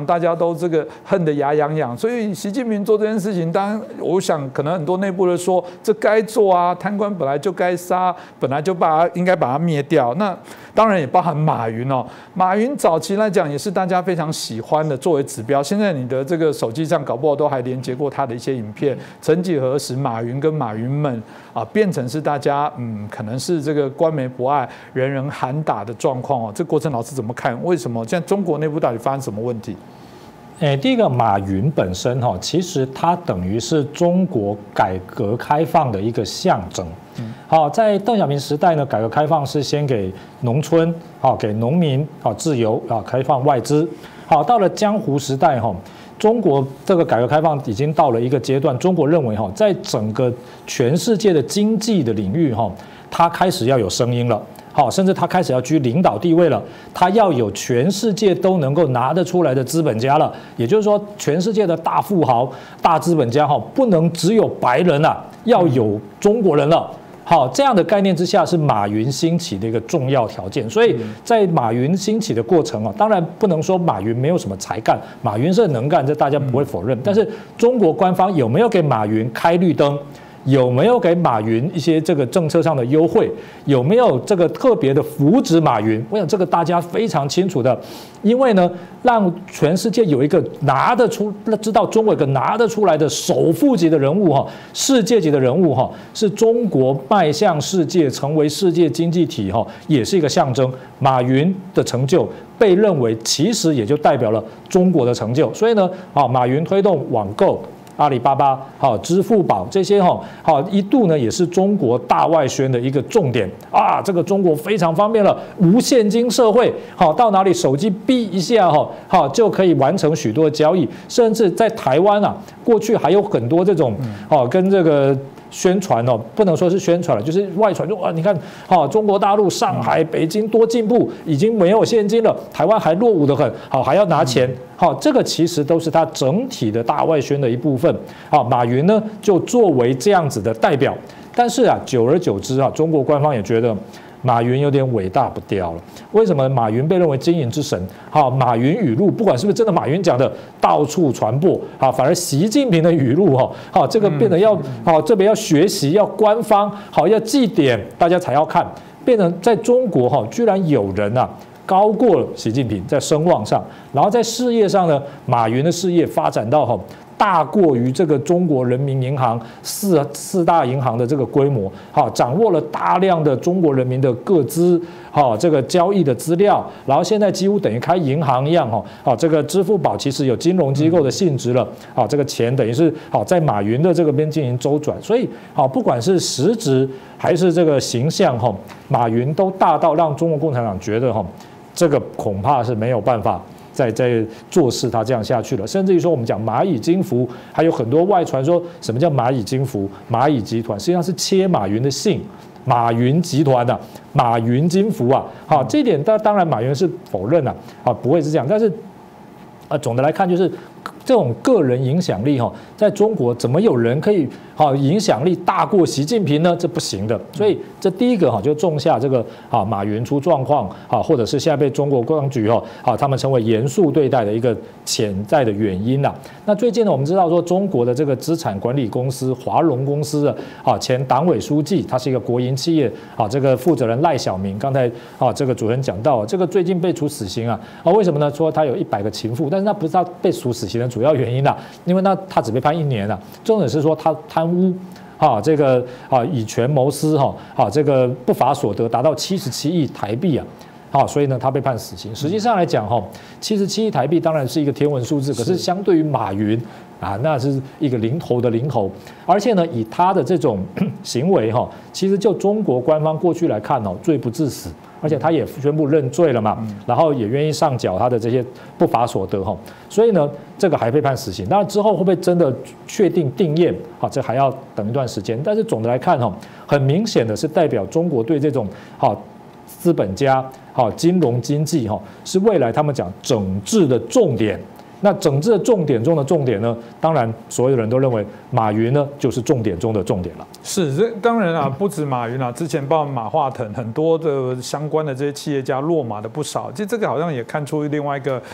Speaker 1: 都这个恨得牙痒痒。所以习近平做这件事情，当然我想可能很多内部的说这该做啊，贪官本来就该杀，本来就应该把他灭掉。那当然也包含马云哦，马云早期来讲也是大家非常喜欢的作为指标。现在你的这个手机上搞不好都还连接过他的一些影片。曾几何时，马云跟马云们啊，变成是大家可能是这个官媒不爱，人人喊打的状况哦。这国成老师怎么看？为什么现在中国内部到底发生什么问题？
Speaker 3: 第一个马云本身哈，其实它等于是中国改革开放的一个象征。好，在邓小平时代呢，改革开放是先给农村，好给农民，好自由啊，开放外资。好，到了江湖时代哈，中国这个改革开放已经到了一个阶段，中国认为哈，在整个全世界的经济的领域哈，它开始要有声音了。好，甚至他开始要居领导地位了，他要有全世界都能够拿得出来的资本家了。也就是说，全世界的大富豪、大资本家哈，不能只有白人啊，要有中国人了。好，这样的概念之下是马云兴起的一个重要条件。所以在马云兴起的过程啊，当然不能说马云没有什么才干，马云是很能干，这大家不会否认。但是中国官方有没有给马云开绿灯？有没有给马云一些这个政策上的优惠？有没有这个特别的扶植马云？我想这个大家非常清楚的，因为呢，让全世界有一个知道中国有个拿得出来的首富级的人物哈，世界级的人物哈，是中国迈向世界，成为世界经济体哈，也是一个象征。马云的成就被认为其实也就代表了中国的成就，所以呢，马云推动网购。阿里巴巴、好支付宝这些好一度呢也是中国大外宣的一个重点啊。这个中国非常方便了，无现金社会，好到哪里手机哔一下好就可以完成许多的交易，甚至在台湾啊，过去还有很多这种跟这个。宣传不能说是宣传了，就是外传说你看中国大陆上海、北京多进步，已经没有现金了，台湾还落伍得很，好还要拿钱，好这个其实都是它整体的大外宣的一部分。好，马云呢就作为这样子的代表，但是啊，久而久之啊，中国官方也觉得。马云有点伟大不掉了，为什么？马云被认为经营之神，好，马云语录不管是不是真的马云讲的，到处传播，好，反而习近平的语录好，这个变得要好，这边要学习，要官方，好，要记点，大家才要看，变成在中国居然有人啊。高过了习近平在声望上，然后在事业上呢，马云的事业发展到大过于这个中国人民银行四大银行的这个规模，好，掌握了大量的中国人民的个资，好，这个交易的资料，然后现在几乎等于开银行一样，好，这个支付宝其实有金融机构的性质了，好，这个钱等于是好在马云的这个边进行周转，所以好，不管是实质还是这个形象，马云都大到让中国共产党觉得这个恐怕是没有办法再做事，他这样下去了。甚至于说，我们讲蚂蚁金服，还有很多外传说什么叫蚂蚁金服、蚂蚁集团，实际上是切马云的姓，马云集团的马云金服啊。好，这一点当然马云是否认了，不会是这样。但是总的来看就是。这种个人影响力在中国怎么有人可以影响力大过习近平呢？这不行的。所以这第一个就种下这个马云出状况或者是现在被中国当局他们称为严肃对待的一个潜在的原因啦。那最近呢，我们知道说中国的这个资产管理公司华融公司的前党委书记，他是一个国营企业这个负责人赖小民，刚才这个主持人讲到，这个最近被处死刑啊，为什么呢？说他有100个情妇，但是他不是他被处死刑的主要原因啦，因为他只被判1年了，重点是说他贪污这个以权谋私这个不法所得达到77亿台币啊，所以呢他被判死刑。实际上来讲77亿台币当然是一个天文数字，可是相对于马云那是一个零头的零头，而且呢以他的这种行为其实就中国官方过去来看罪不至死。而且他也宣布认罪了嘛，然后也愿意上缴他的这些不法所得所以呢，这个还被判死刑。当然之后会不会真的确定定谳这还要等一段时间。但是总的来看很明显的是代表中国对这种资本家金融经济是未来他们讲整治的重点。那整治的重点中的重点呢，当然所有人都认为马云呢就是重点中的重点了。
Speaker 1: 是，这当然不止马云之前包括马化腾，很多的相关的这些企业家落马的不少。其实这个好像也看出另外一个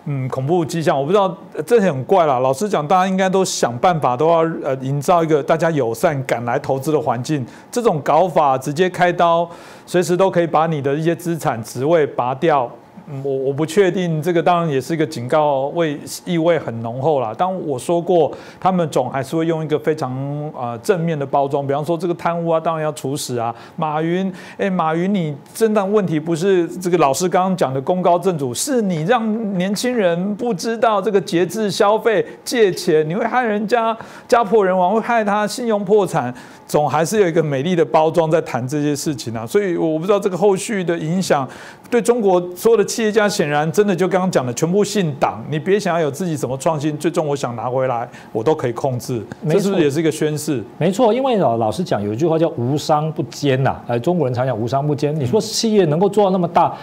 Speaker 1: 恐怖迹象。我不知道，这很怪啦。老实讲，大家应该都想办法，都要营造一个大家友善、敢来投资的环境。这种搞法，直接开刀，随时都可以把你的一些资产职位拔掉。我不确定，这个当然也是一个警告意味很浓厚啦。当我说过，他们总还是会用一个非常正面的包装，比方说这个贪污啊，当然要处死啊。马云，马云，你真的问题不是这个老师刚刚讲的功高震主，是你让年轻人不知道这个节制消费、借钱，你会害人家家破人亡，会害他信用破产。总还是有一个美丽的包装在谈这些事情啊，所以我不知道这个后续的影响对中国所有的企业家，显然真的就刚刚讲的，全部信党，你别想要有自己什么创新，最终我想拿回来，我都可以控制，这是不是也是一个宣示？
Speaker 3: 没错，因为老实讲，有一句话叫无商不奸呐，中国人常讲无商不奸。你说企业能够做到那么大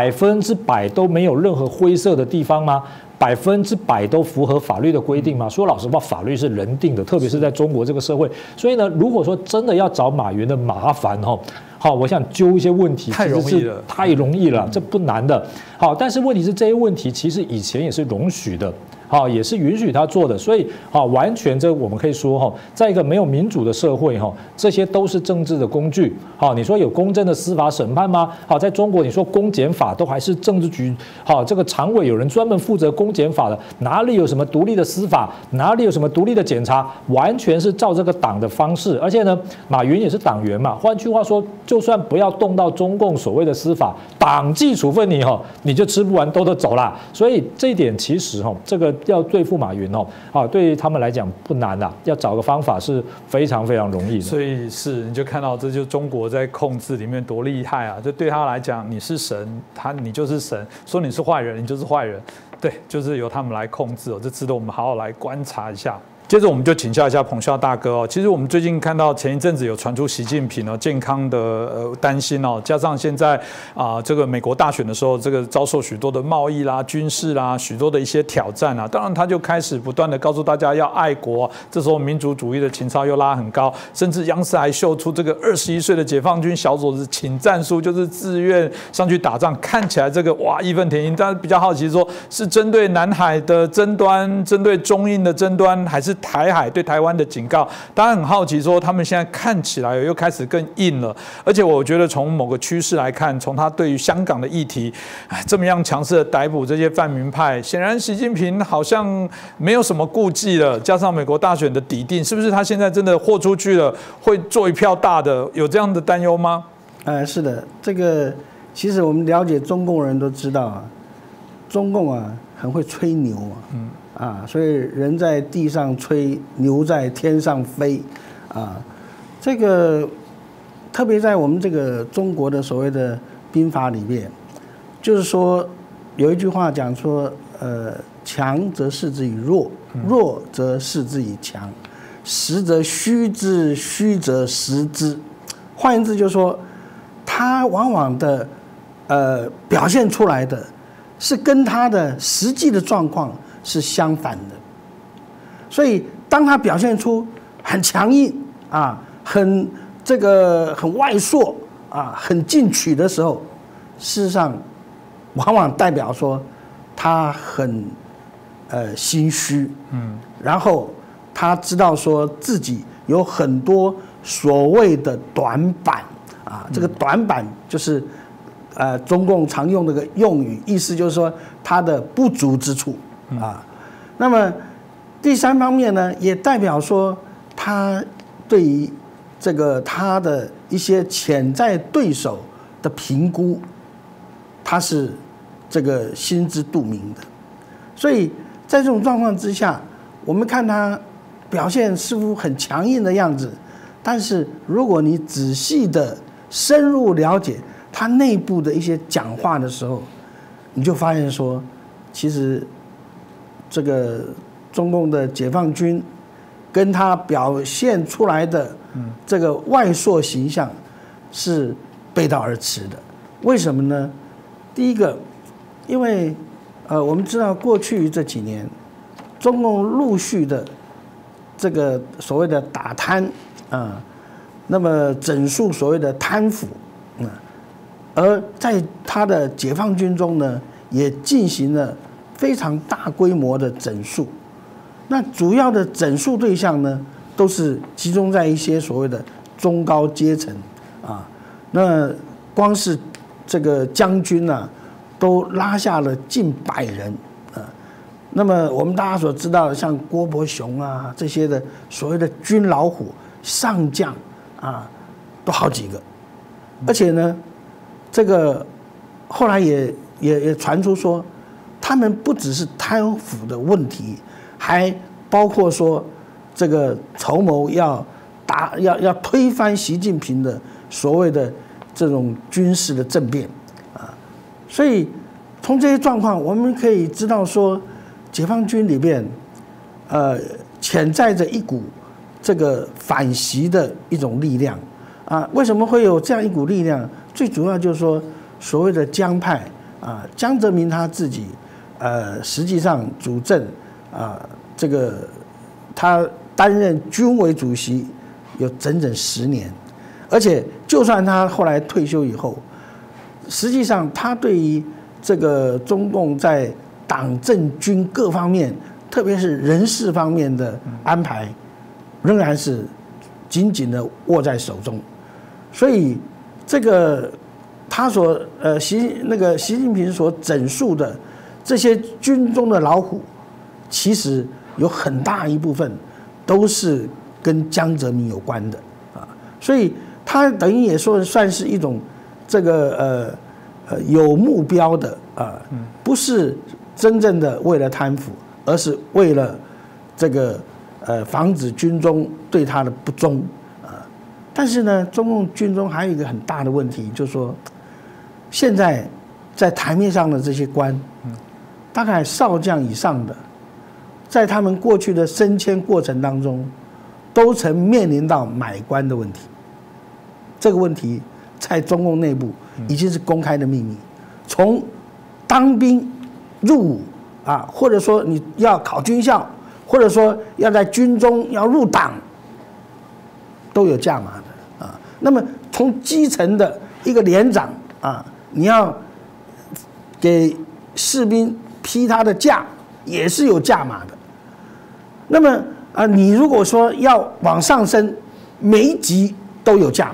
Speaker 3: ，100%都没有任何灰色的地方吗？100%都符合法律的规定吗？说老实话，法律是人定的，特别是在中国这个社会。所以呢，如果说真的要找马云的麻烦好，我想揪一些问题，
Speaker 1: 太容易了，
Speaker 3: 太容易了，这不难的。好，但是问题是这些问题其实以前也是容许的。好，也是允许他做的，所以好，完全这我们可以说在一个没有民主的社会这些都是政治的工具。好，你说有公正的司法审判吗？好，在中国你说公检法都还是政治局，好，这个常委有人专门负责公检法的，哪里有什么独立的司法，哪里有什么独立的检察，完全是照这个党的方式。而且呢，马云也是党员嘛，换句话说，就算不要动到中共所谓的司法，党纪处分你就吃不完兜着走啦。所以这一点其实这个要对付马云对于他们来讲不难啦，要找个方法是非常非常容易的。
Speaker 1: 所以你就看到这就是中国在控制里面多厉害啊！就对他来讲，你是神，你就是神；说你是坏人，你就是坏人。对，就是由他们来控制这值得我们好好来观察一下。接着我们就请教一下彭孝大哥其实我们最近看到前一阵子有传出习近平健康的担心加上现在这个美国大选的时候，这个遭受许多的贸易啦、军事啦许多的一些挑战当然他就开始不断的告诉大家要爱国，这时候民族主义的情操又拉很高，甚至央视还秀出这个21岁的解放军小伙子请战书，就是自愿上去打仗，看起来这个哇义愤填膺。但是比较好奇说，是针对南海的争端，针对中印的争端，还是台海对台湾的警告？大家很好奇说，他们现在看起来又开始更硬了。而且我觉得从某个趋势来看，从他对于香港的议题这么样强势的逮捕这些泛民派，显然习近平好像没有什么顾忌了。加上美国大选的底定，是不是他现在真的豁出去了，会做一票大的？有这样的担忧吗？
Speaker 4: 是的，这个其实我们了解中共人都知道中共很会吹牛所以人在地上吹，牛在天上飞这个特别在我们这个中国的所谓的兵法里面，就是说有一句话讲说强则视之以弱，弱则视之以强，实则虚之，虚则实之。换言之就是说，他往往的表现出来的是跟他的实际的状况是相反的。所以当他表现出很强硬很外缩很进取的时候，事实上往往代表说他很心虚然后他知道说自己有很多所谓的短板这个短板就是中共常用的个用语，意思就是说他的不足之处那么第三方面呢，也代表说他对于这个他的一些潜在对手的评估，他是这个心知肚明的。所以在这种状况之下，我们看他表现似乎很强硬的样子，但是如果你仔细的深入了解他内部的一些讲话的时候，你就发现说，其实这个中共的解放军跟他表现出来的这个外缩形象是背道而驰的。为什么呢？第一个，因为我们知道过去这几年，中共陆续的这个所谓的打贪那么整肃所谓的贪腐而在他的解放军中呢，也进行了非常大规模的整肃。那主要的整肃对象呢，都是集中在一些所谓的中高阶层啊。那光是这个将军啊，都拉下了近100人啊。那么我们大家所知道的，像郭伯雄啊这些的所谓的军老虎上将啊，都好几个。而且呢，这个后来也传出说，他们不只是贪腐的问题，还包括说这个筹谋要推翻习近平的所谓的这种军事的政变啊。所以从这些状况，我们可以知道说，解放军里边潜在着一股这个反习的一种力量啊。为什么会有这样一股力量？最主要就是说，所谓的江派啊，江泽民他自己实际上主政啊，这个他担任军委主席有整整10年，而且就算他后来退休以后，实际上他对于这个中共在党政军各方面，特别是人事方面的安排，仍然是紧紧的握在手中。所以这个他所习近平所整肃的这些军中的老虎，其实有很大一部分都是跟江泽民有关的啊。所以他等于也说算是一种这个有目标的啊，不是真正的为了贪腐，而是为了这个防止军中对他的不忠啊。但是呢，中共军中还有一个很大的问题，就是说，现在在台面上的这些官，大概少将以上的，在他们过去的升迁过程当中，都曾面临到买官的问题。这个问题在中共内部已经是公开的秘密，从当兵入伍啊，或者说你要考军校，或者说要在军中要入党，都有价码的啊。那么从基层的一个连长啊，你要给士兵批他的假，也是有价码的。那么你如果说要往上升，每一级都有价码。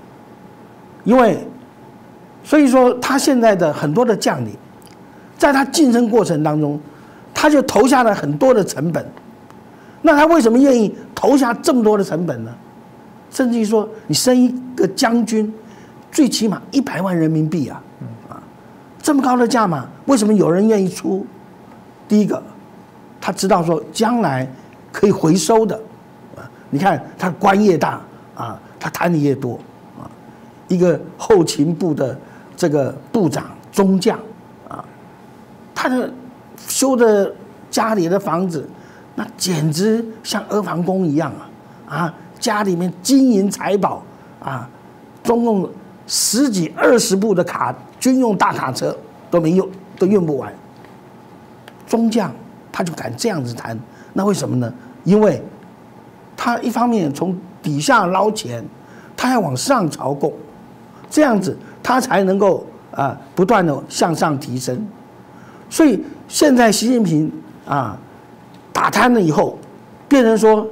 Speaker 4: 所以说他现在的很多的将领，在他晋升过程当中，他就投下了很多的成本。那他为什么愿意投下这么多的成本呢？甚至于说，你升一个将军，最起码100万人民币啊，这么高的价码，为什么有人愿意出？第一个，他知道说将来可以回收的，你看他官越大啊，他贪的越多。一个后勤部的这个部长中将啊，他的修的家里的房子，那简直像阿房宫一样啊！家里面金银财宝啊，中共10几20部的军用大卡车都没用，都用不完。中将他就敢这样子谈，那为什么呢？因为他一方面从底下捞钱，他要往上朝贡。这样子，他才能够不断的向上提升。所以现在习近平打贪了以后，变成说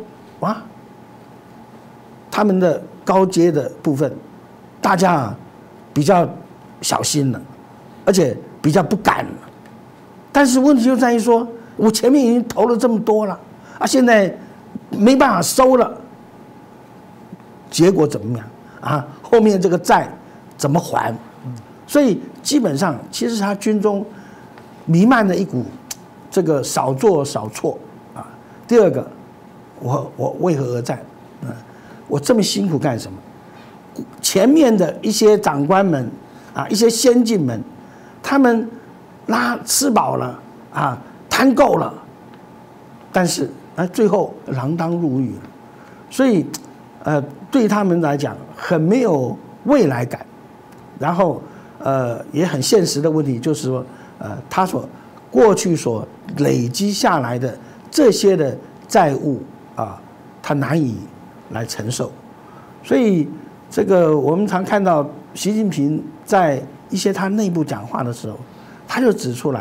Speaker 4: 他们的高阶的部分，大家比较小心了，而且比较不敢了。但是问题就在于说，我前面已经投了这么多了现在没办法收了，结果怎么样后面这个债怎么还？所以基本上，其实他军中弥漫了一股这个少做少错第二个，我为何而战？我这么辛苦干什么？前面的一些长官们一些先进们，他们吃饱了贪够了，但是最后锒铛入狱了，所以对他们来讲很没有未来感。然后也很现实的问题就是说，他过去所累积下来的这些的债务他难以来承受。所以这个我们常看到习近平在一些他内部讲话的时候，他就指出来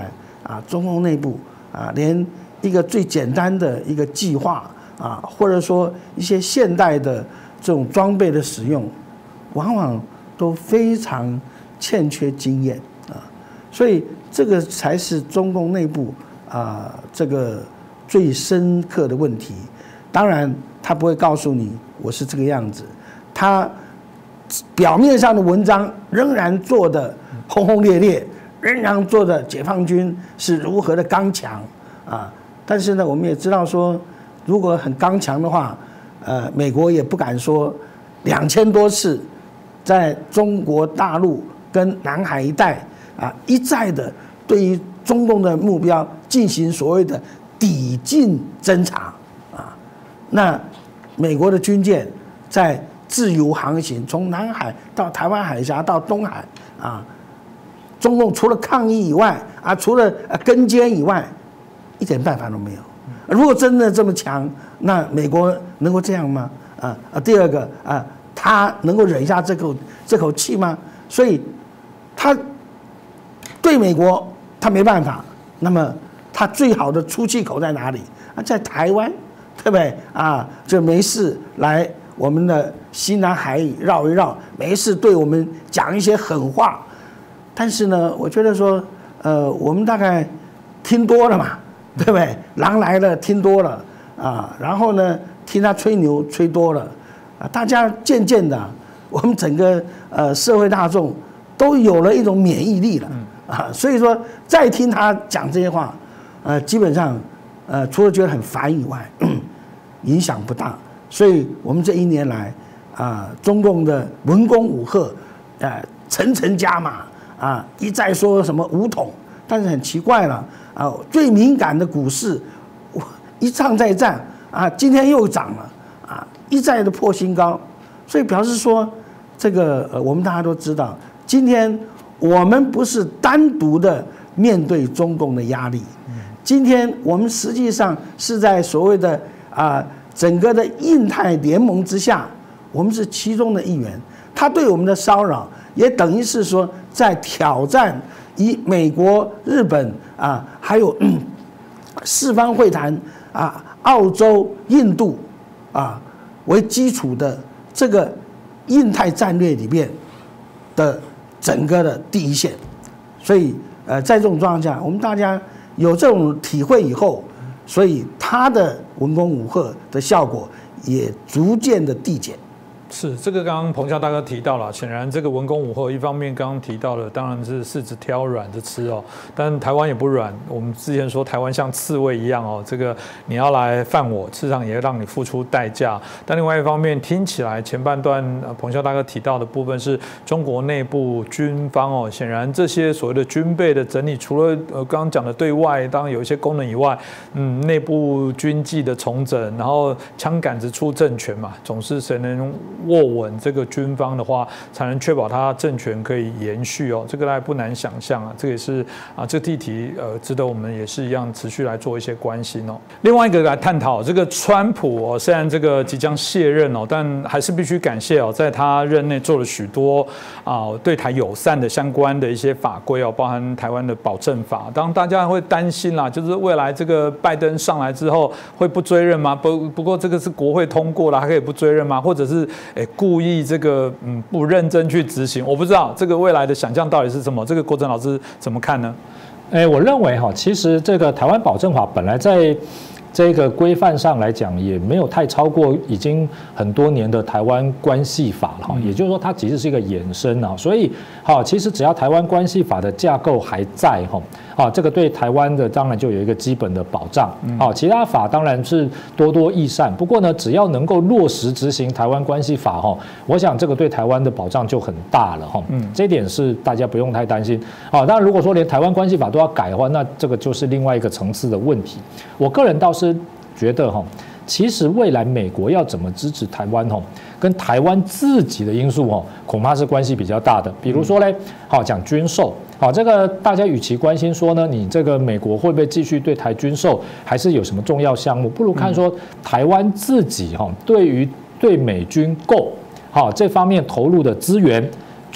Speaker 4: 中共内部连一个最简单的一个计划或者说一些现代的这种装备的使用，往往都非常欠缺经验所以这个才是中共内部这个最深刻的问题。当然，他不会告诉你我是这个样子，他表面上的文章仍然做得轰轰烈烈，仍然做的解放军是如何的刚强但是呢，我们也知道说，如果很刚强的话，美国也不敢说2000多次在中国大陆跟南海一带一再的对于中共的目标进行所谓的抵近侦察那美国的军舰在自由航行，从南海到台湾海峡到东海中共除了抗议以外除了跟监以外，一点办法都没有。如果真的这么强，那美国能够这样吗？第二个他能够忍下这口气吗？所以他对美国他没办法，那么他最好的出气口在哪里？在台湾，对不对？就没事来我们的西南海域绕一绕，没事对我们讲一些狠话。但是呢，我觉得说，我们大概听多了嘛，对不对？狼来了听多了然后呢，听他吹牛吹多了大家渐渐的，我们整个社会大众都有了一种免疫力了所以说再听他讲这些话，基本上除了觉得很烦以外，影响不大。所以我们这1年来中共的文攻武吓层层加码一再说什么武统，但是很奇怪了最敏感的股市一涨再涨今天又涨了一再的破新高，所以表示说这个我们大家都知道，今天我们不是单独的面对中共的压力，今天我们实际上是在所谓的整个的印太联盟之下，我们是其中的一员，他对我们的骚扰也等于是说在挑战以美国、日本还有四方会谈澳洲、印度为基础的这个印太战略里面的整个的第一线。所以在这种状况下，我们大家有这种体会以后，所以它的文攻武吓的效果也逐渐的递减。
Speaker 1: 是这个，刚刚彭教大哥提到了，显然这个文攻武吓，一方面刚刚提到的当然是柿子挑软的吃但台湾也不软。我们之前说台湾像刺猬一样这个你要来犯我，事实上也让你付出代价。但另外一方面，听起来前半段彭教大哥提到的部分是中国内部军方显然这些所谓的军备的整理，除了刚刚讲的对外当然有一些功能以外，内部军纪的重整，然后枪杆子出政权嘛，总是谁能握稳这个军方的话，才能确保他政权可以延续这个大家不难想象这个也是这个议题值得我们也是一样持续来做一些关心另外一个来探讨这个川普虽然这个即将卸任但还是必须感谢在他任内做了许多对台友善的相关的一些法规包含台湾的保证法。当然大家会担心啦，就是未来这个拜登上来之后会不追认吗？不过这个是国会通过了，还可以不追认吗？或者是故意这个不认真去执行，我不知道这个未来的想象到底是什么。这个国珍老师怎么看呢？
Speaker 3: 我认为其实这个台湾保证法本来在这个规范上来讲，也没有太超过已经很多年的台湾关系法了，也就是说它其实是一个衍生所以其实只要台湾关系法的架构还在这个对台湾的当然就有一个基本的保障其他法当然是多多益善，不过呢，只要能够落实执行台湾关系法我想这个对台湾的保障就很大了这一点是大家不用太担心当然如果说连台湾关系法都要改的话，那这个就是另外一个层次的问题。我个人倒是觉得其实未来美国要怎么支持台湾跟台湾自己的因素恐怕是关系比较大的。比如说呢讲军售这个大家与其关心说呢，你这个美国会不会继续对台军售，还是有什么重要项目，不如看说台湾自己对于对美军购这方面投入的资源、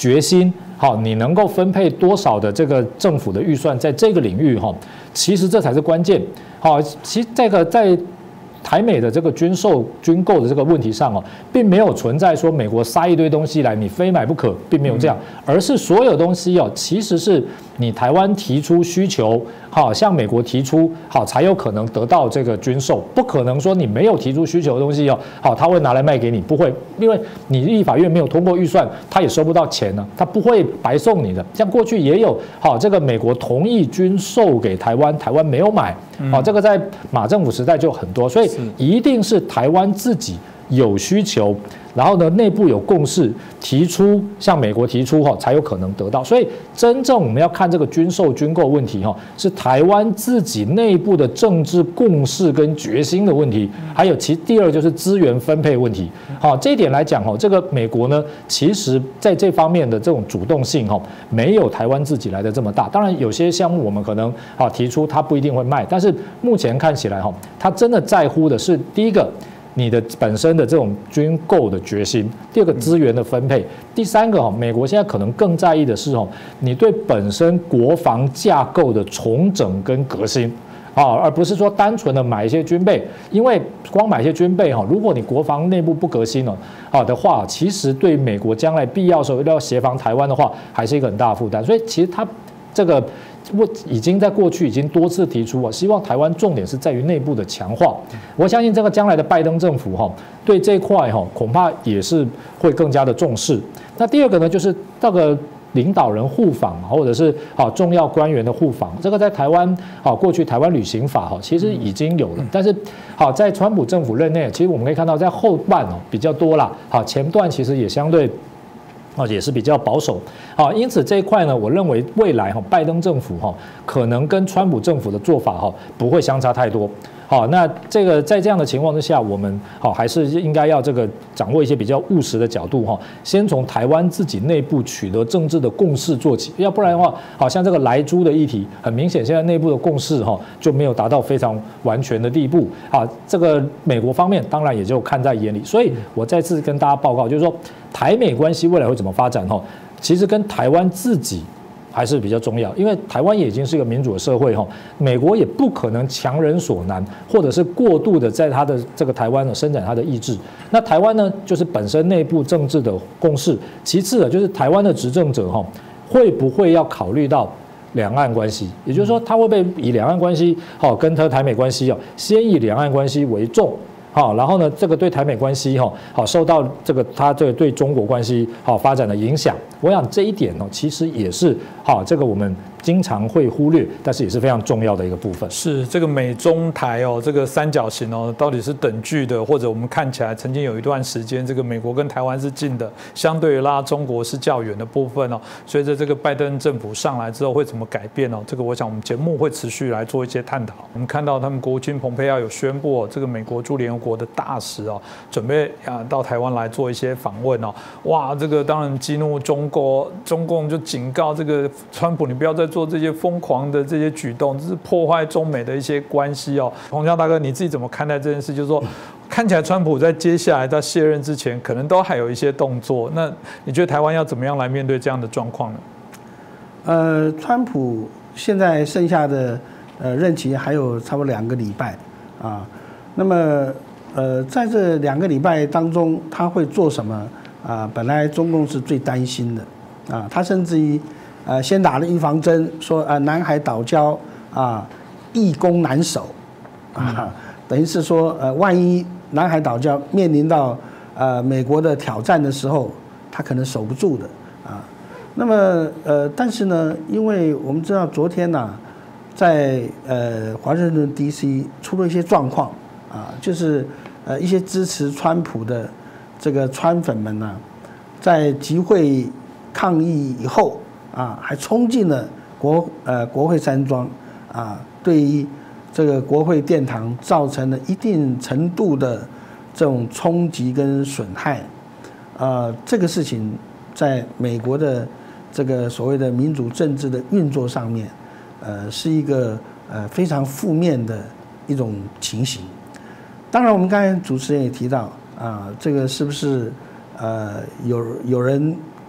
Speaker 3: 决心，好，你能够分配多少的这个政府的预算在这个领域哈，其实这才是关键。好，其实这个在台美的这个军购的这个问题上哦，并没有存在说美国塞一堆东西来，你非买不可，并没有这样，而是所有东西哦，其实是你台湾提出需求，好，向美国提出，好，才有可能得到这个军售，不可能说你没有提出需求的东西哦，好，他会拿来卖给你，不会，因为你立法院没有通过预算，他也收不到钱呢，他不会白送你的。像过去也有，好，这个美国同意军售给台湾，台湾没有买，好，这个在马政府时代就很多，所以一定是台湾自己有需求，然后呢内部有共识，提出向美国提出才有可能得到。所以真正我们要看这个军售军购问题是台湾自己内部的政治共识跟决心的问题，还有第二就是资源分配问题。好，这一点来讲这个美国呢，其实在这方面的这种主动性没有台湾自己来的这么大。当然有些项目我们可能提出它不一定会卖，但是目前看起来它真的在乎的是第一个，你的本身的这种军购的决心，第二个资源的分配，第三个美国现在可能更在意的是你对本身国防架构的重整跟革新而不是说单纯的买一些军备，因为光买一些军备如果你国防内部不革新的话，其实对美国将来必要的时候要协防台湾的话，还是一个很大的负担。所以其实它这个我已经在过去已经多次提出希望台湾重点是在于内部的强化。我相信这个将来的拜登政府对这一块恐怕也是会更加的重视。那第二个呢，就是这个领导人互访或者是重要官员的互访，这个在台湾过去台湾旅行法其实已经有了，但是在川普政府任内，其实我们可以看到在后半比较多啦，前段其实也相对也是比较保守，因此这一块呢，我认为未来拜登政府可能跟川普政府的做法不会相差太多。好，那这个在这样的情况之下，我们还是应该要这个掌握一些比较务实的角度先从台湾自己内部取得政治的共识做起，要不然的话，好像这个莱猪的议题，很明显现在内部的共识就没有达到非常完全的地步这个美国方面当然也就看在眼里，所以我再次跟大家报告，就是说台美关系未来会怎么发展其实跟台湾自己还是比较重要，因为台湾也已经是一个民主的社会美国也不可能强人所难，或者是过度的在他的这个台湾伸展他的意志。那台湾呢，就是本身内部政治的共识，其次就是台湾的执政者会不会要考虑到两岸关系，也就是说他会不会以两岸关系跟台美关系先以两岸关系为重。然后呢，这个对台美关系受到这个它这个对中国关系发展的影响，我想这一点其实也是这个我们经常会忽略，但是也是非常重要的一个部分。
Speaker 1: 是这个美中台这个三角形到底是等距的，或者我们看起来曾经有一段时间，这个美国跟台湾是近的，相对于拉中国是较远的部分随着这个拜登政府上来之后会怎么改变这个我想我们节目会持续来做一些探讨。我们看到他们国务卿蓬佩奥有宣布这个美国驻联合国的大使准备到台湾来做一些访问哇，这个当然激怒中共就警告这个川普，你不要再做这些疯狂的这些举动，这是破坏中美的一些关系洪湘大哥，你自己怎么看待这件事？就是说，看起来川普在接下来到卸任之前，可能都还有一些动作。那你觉得台湾要怎么样来面对这样的状况呢？
Speaker 4: 川普现在剩下的任期还有差不多2个礼拜那么在这2个礼拜当中，他会做什么本来中共是最担心的他甚至于先打了预防针，说南海岛礁易攻难守等于是说万一南海岛礁面临到美国的挑战的时候，他可能守不住的那么但是呢，因为我们知道昨天在华盛顿 DC 出了一些状况就是一些支持川普的这个川粉们在集会抗议以后还冲进了国会山庄对于这个国会殿堂造成了一定程度的这种冲击跟损害这个事情在美国的这个所谓的民主政治的运作上面是一个非常负面的一种情形。当然我们刚才主持人也提到这个是不是有人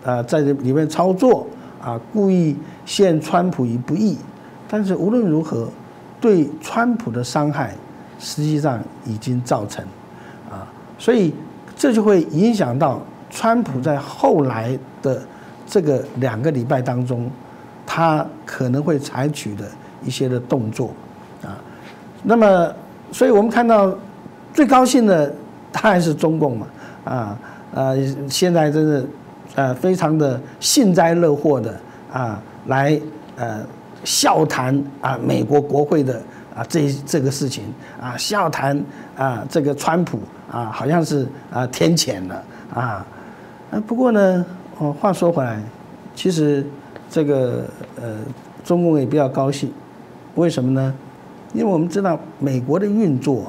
Speaker 4: 在这里面操作故意陷川普于不义，但是无论如何，对川普的伤害实际上已经造成所以这就会影响到川普在后来的这个2个礼拜当中，他可能会采取的一些的动作那么，所以我们看到最高兴的当然是中共嘛现在真的非常的幸灾乐祸的来笑谈美国国会的这个事情笑谈这个川普好像是天谴了不过呢话说回来，其实这个中共也比较高兴，为什么呢？因为我们知道美国的运作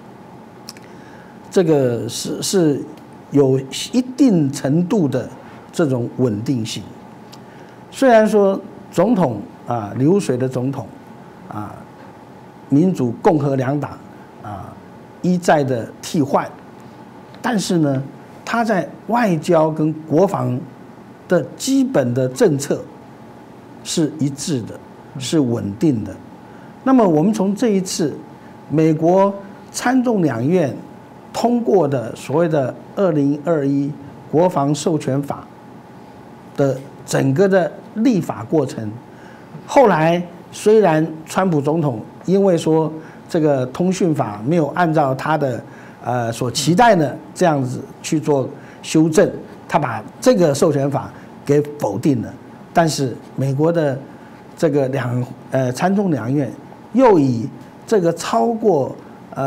Speaker 4: 这个是有一定程度的这种稳定性。虽然说总统流水的总统民主共和2党一再的替换，但是呢，他在外交跟国防的基本的政策是一致的，是稳定的。那么我们从这一次美国参众两院通过的所谓的2021国防授权法的整个的立法过程，后来虽然川普总统因为说这个通讯法没有按照他的所期待的这样子去做修正，他把这个授权法给否定了，但是美国的这个参众两院又以这个超过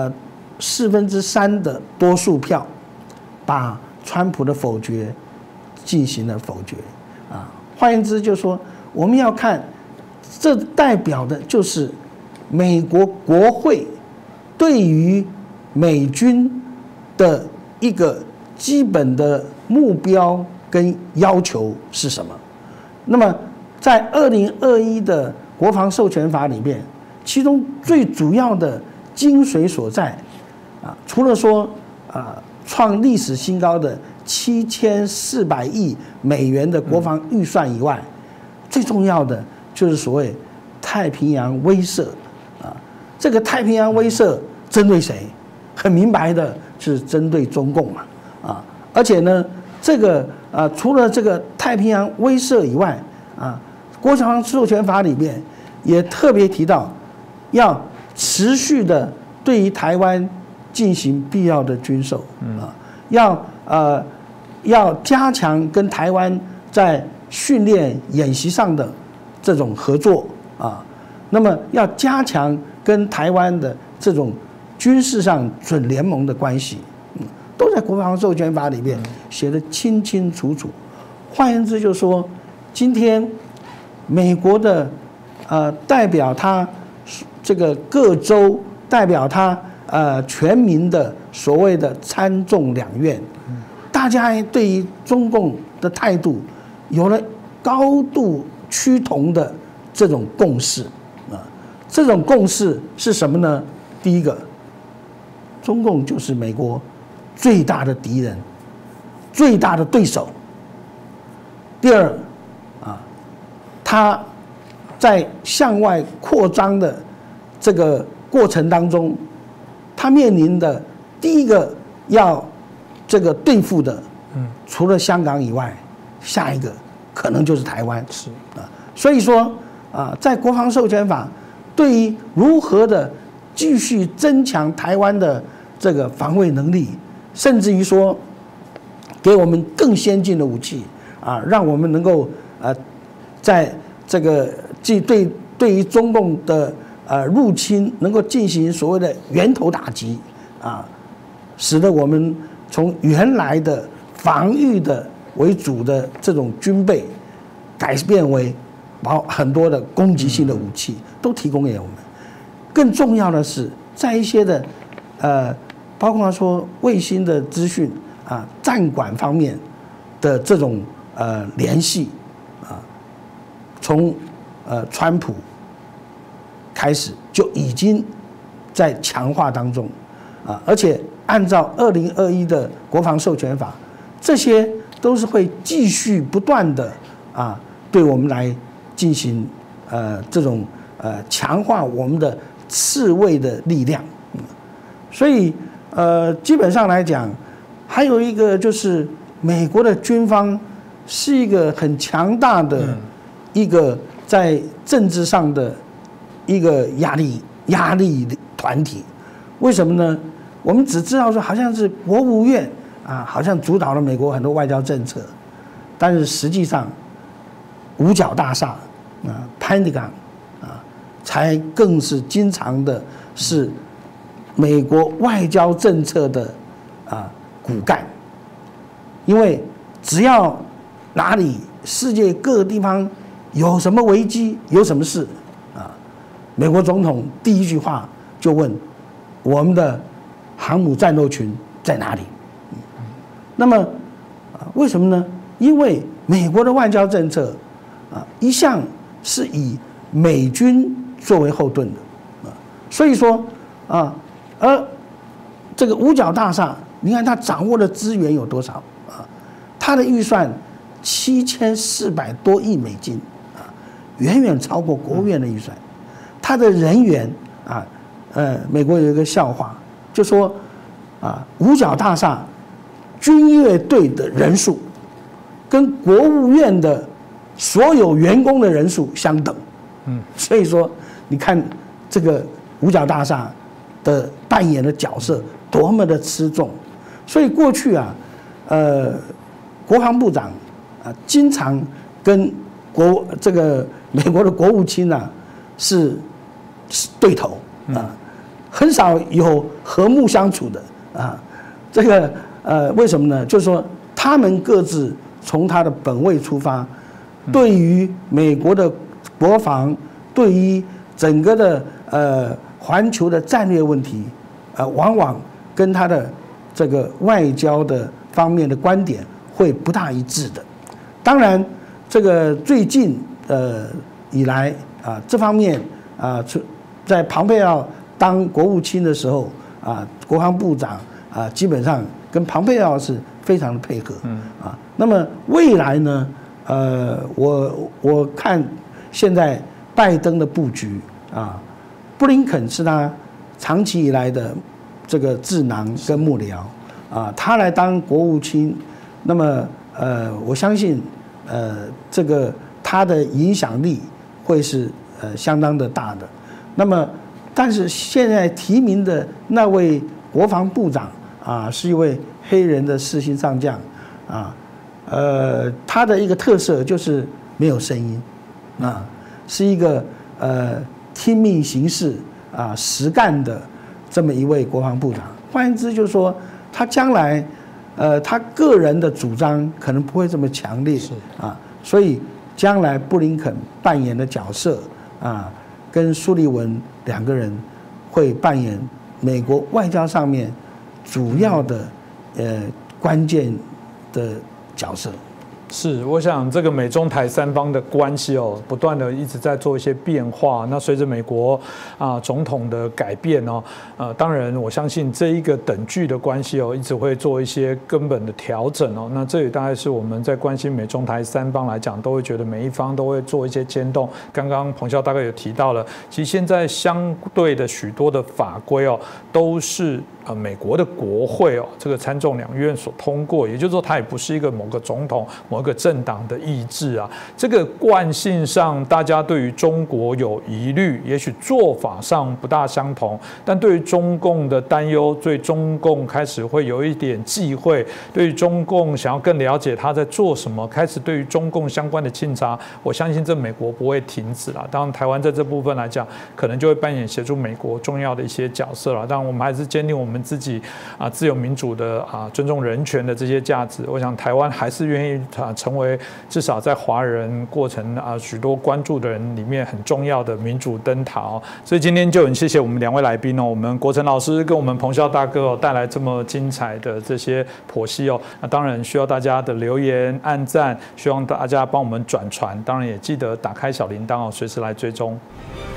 Speaker 4: 3/4的多数票，把川普的否决进行了否决换言之，就是说我们要看，这代表的就是美国国会对于美军的一个基本的目标跟要求是什么。那么在2021的国防授权法里面，其中最主要的精髓所在除了说创历史新高的7400亿美元的国防预算以外，最重要的就是所谓太平洋威慑这个太平洋威慑针对谁？很明白的是针对中共而且呢，这个除了这个太平洋威慑以外国防授权法里面也特别提到，要持续的对于台湾进行必要的军售要加强跟台湾在训练演习上的这种合作那么要加强跟台湾的这种军事上准联盟的关系都在国防授权法里面写得清清楚楚。换言之，就是说，今天美国的代表他这个各州，代表他全民的所谓的参众两院，大家对于中共的态度有了高度趋同的这种共识这种共识是什么呢？第一个，中共就是美国最大的敌人，最大的对手。第二他在向外扩张的这个过程当中，他面临的第一个要这个对付的，除了香港以外，下一个可能就是台湾。是所以说在国防授权法对于如何的继续增强台湾的这个防卫能力，甚至于说给我们更先进的武器让我们能够在这个对于中共的入侵能够进行所谓的源头打击使得我们从原来的防御的为主的这种军备改变为很多的攻击性的武器都提供给我们。更重要的是，在一些的包括说卫星的资讯战管方面的这种联系从川普开始就已经在强化当中而且按照2021的国防授权法，这些都是会继续不断的对我们来进行这种强化我们的自卫的力量。所以基本上来讲，还有一个就是美国的军方是一个很强大的一个在政治上的一个压力团体。为什么呢？我们只知道说好像是国务院好像主导了美国很多外交政策，但是实际上五角大厦Pentagon 才更是经常的是美国外交政策的骨干。因为只要哪里世界各个地方有什么危机有什么事美国总统第一句话就问我们的航母战斗群在哪里。那么为什么呢？因为美国的外交政策一向是以美军作为后盾的所以说而这个五角大厦，你看它掌握的资源有多少它的预算7400多亿美金远远超过国务院的预算。它的人员美国有一个笑话，就说五角大厦军乐队的人数跟国务院的所有员工的人数相等。所以说你看这个五角大厦的扮演的角色多么的吃重。所以过去国防部长经常跟这个美国的国务卿是对头很少有和睦相处的这个为什么呢？就是说他们各自从他的本位出发，对于美国的国防，对于整个的环球的战略问题往往跟他的这个外交的方面的观点会不大一致的。当然这个最近以来这方面在庞佩奥当国务卿的时候国防部长基本上跟庞佩奥是非常的配合那么未来呢我看现在拜登的布局布林肯是他长期以来的这个智囊跟幕僚他来当国务卿，那么我相信这个他的影响力会是相当的大的。那么但是现在提名的那位国防部长是一位黑人的世勋上将他的一个特色就是没有声音是一个听命行事实干的这么一位国防部长。换言之就是说他将来他个人的主张可能不会这么强烈所以将来布林肯扮演的角色跟苏利文两个人会扮演美国外交上面主要的关键的角色。
Speaker 1: 是，我想这个美中台三方的关系不断的一直在做一些变化。那随着美国总统的改变当然我相信这一个等距的关系一直会做一些根本的调整那这也大概是我们在关心美中台三方来讲，都会觉得每一方都会做一些牵动。刚刚彭校大概有提到了，其实现在相对的许多的法规都是美国的国会这个参众两院所通过，也就是说它也不是一个某个总统某个政党的意志这个惯性上大家对于中国有疑虑，也许做法上不大相同，但对于中共的担忧，对中共开始会有一点忌讳，对于中共想要更了解他在做什么，开始对于中共相关的清查，我相信这美国不会停止啦。当然台湾在这部分来讲，可能就会扮演协助美国重要的一些角色啦。当然我们还是坚定我们自己自由民主的尊重人权的这些价值。我想台湾还是愿意成为至少在华人过程许多关注的人里面很重要的民主灯塔所以今天就很谢谢我们两位来宾我们国成老师跟我们彭校大哥带来这么精彩的这些剖析那当然需要大家的留言按赞，希望大家帮我们转传，当然也记得打开小铃铛随时来追踪。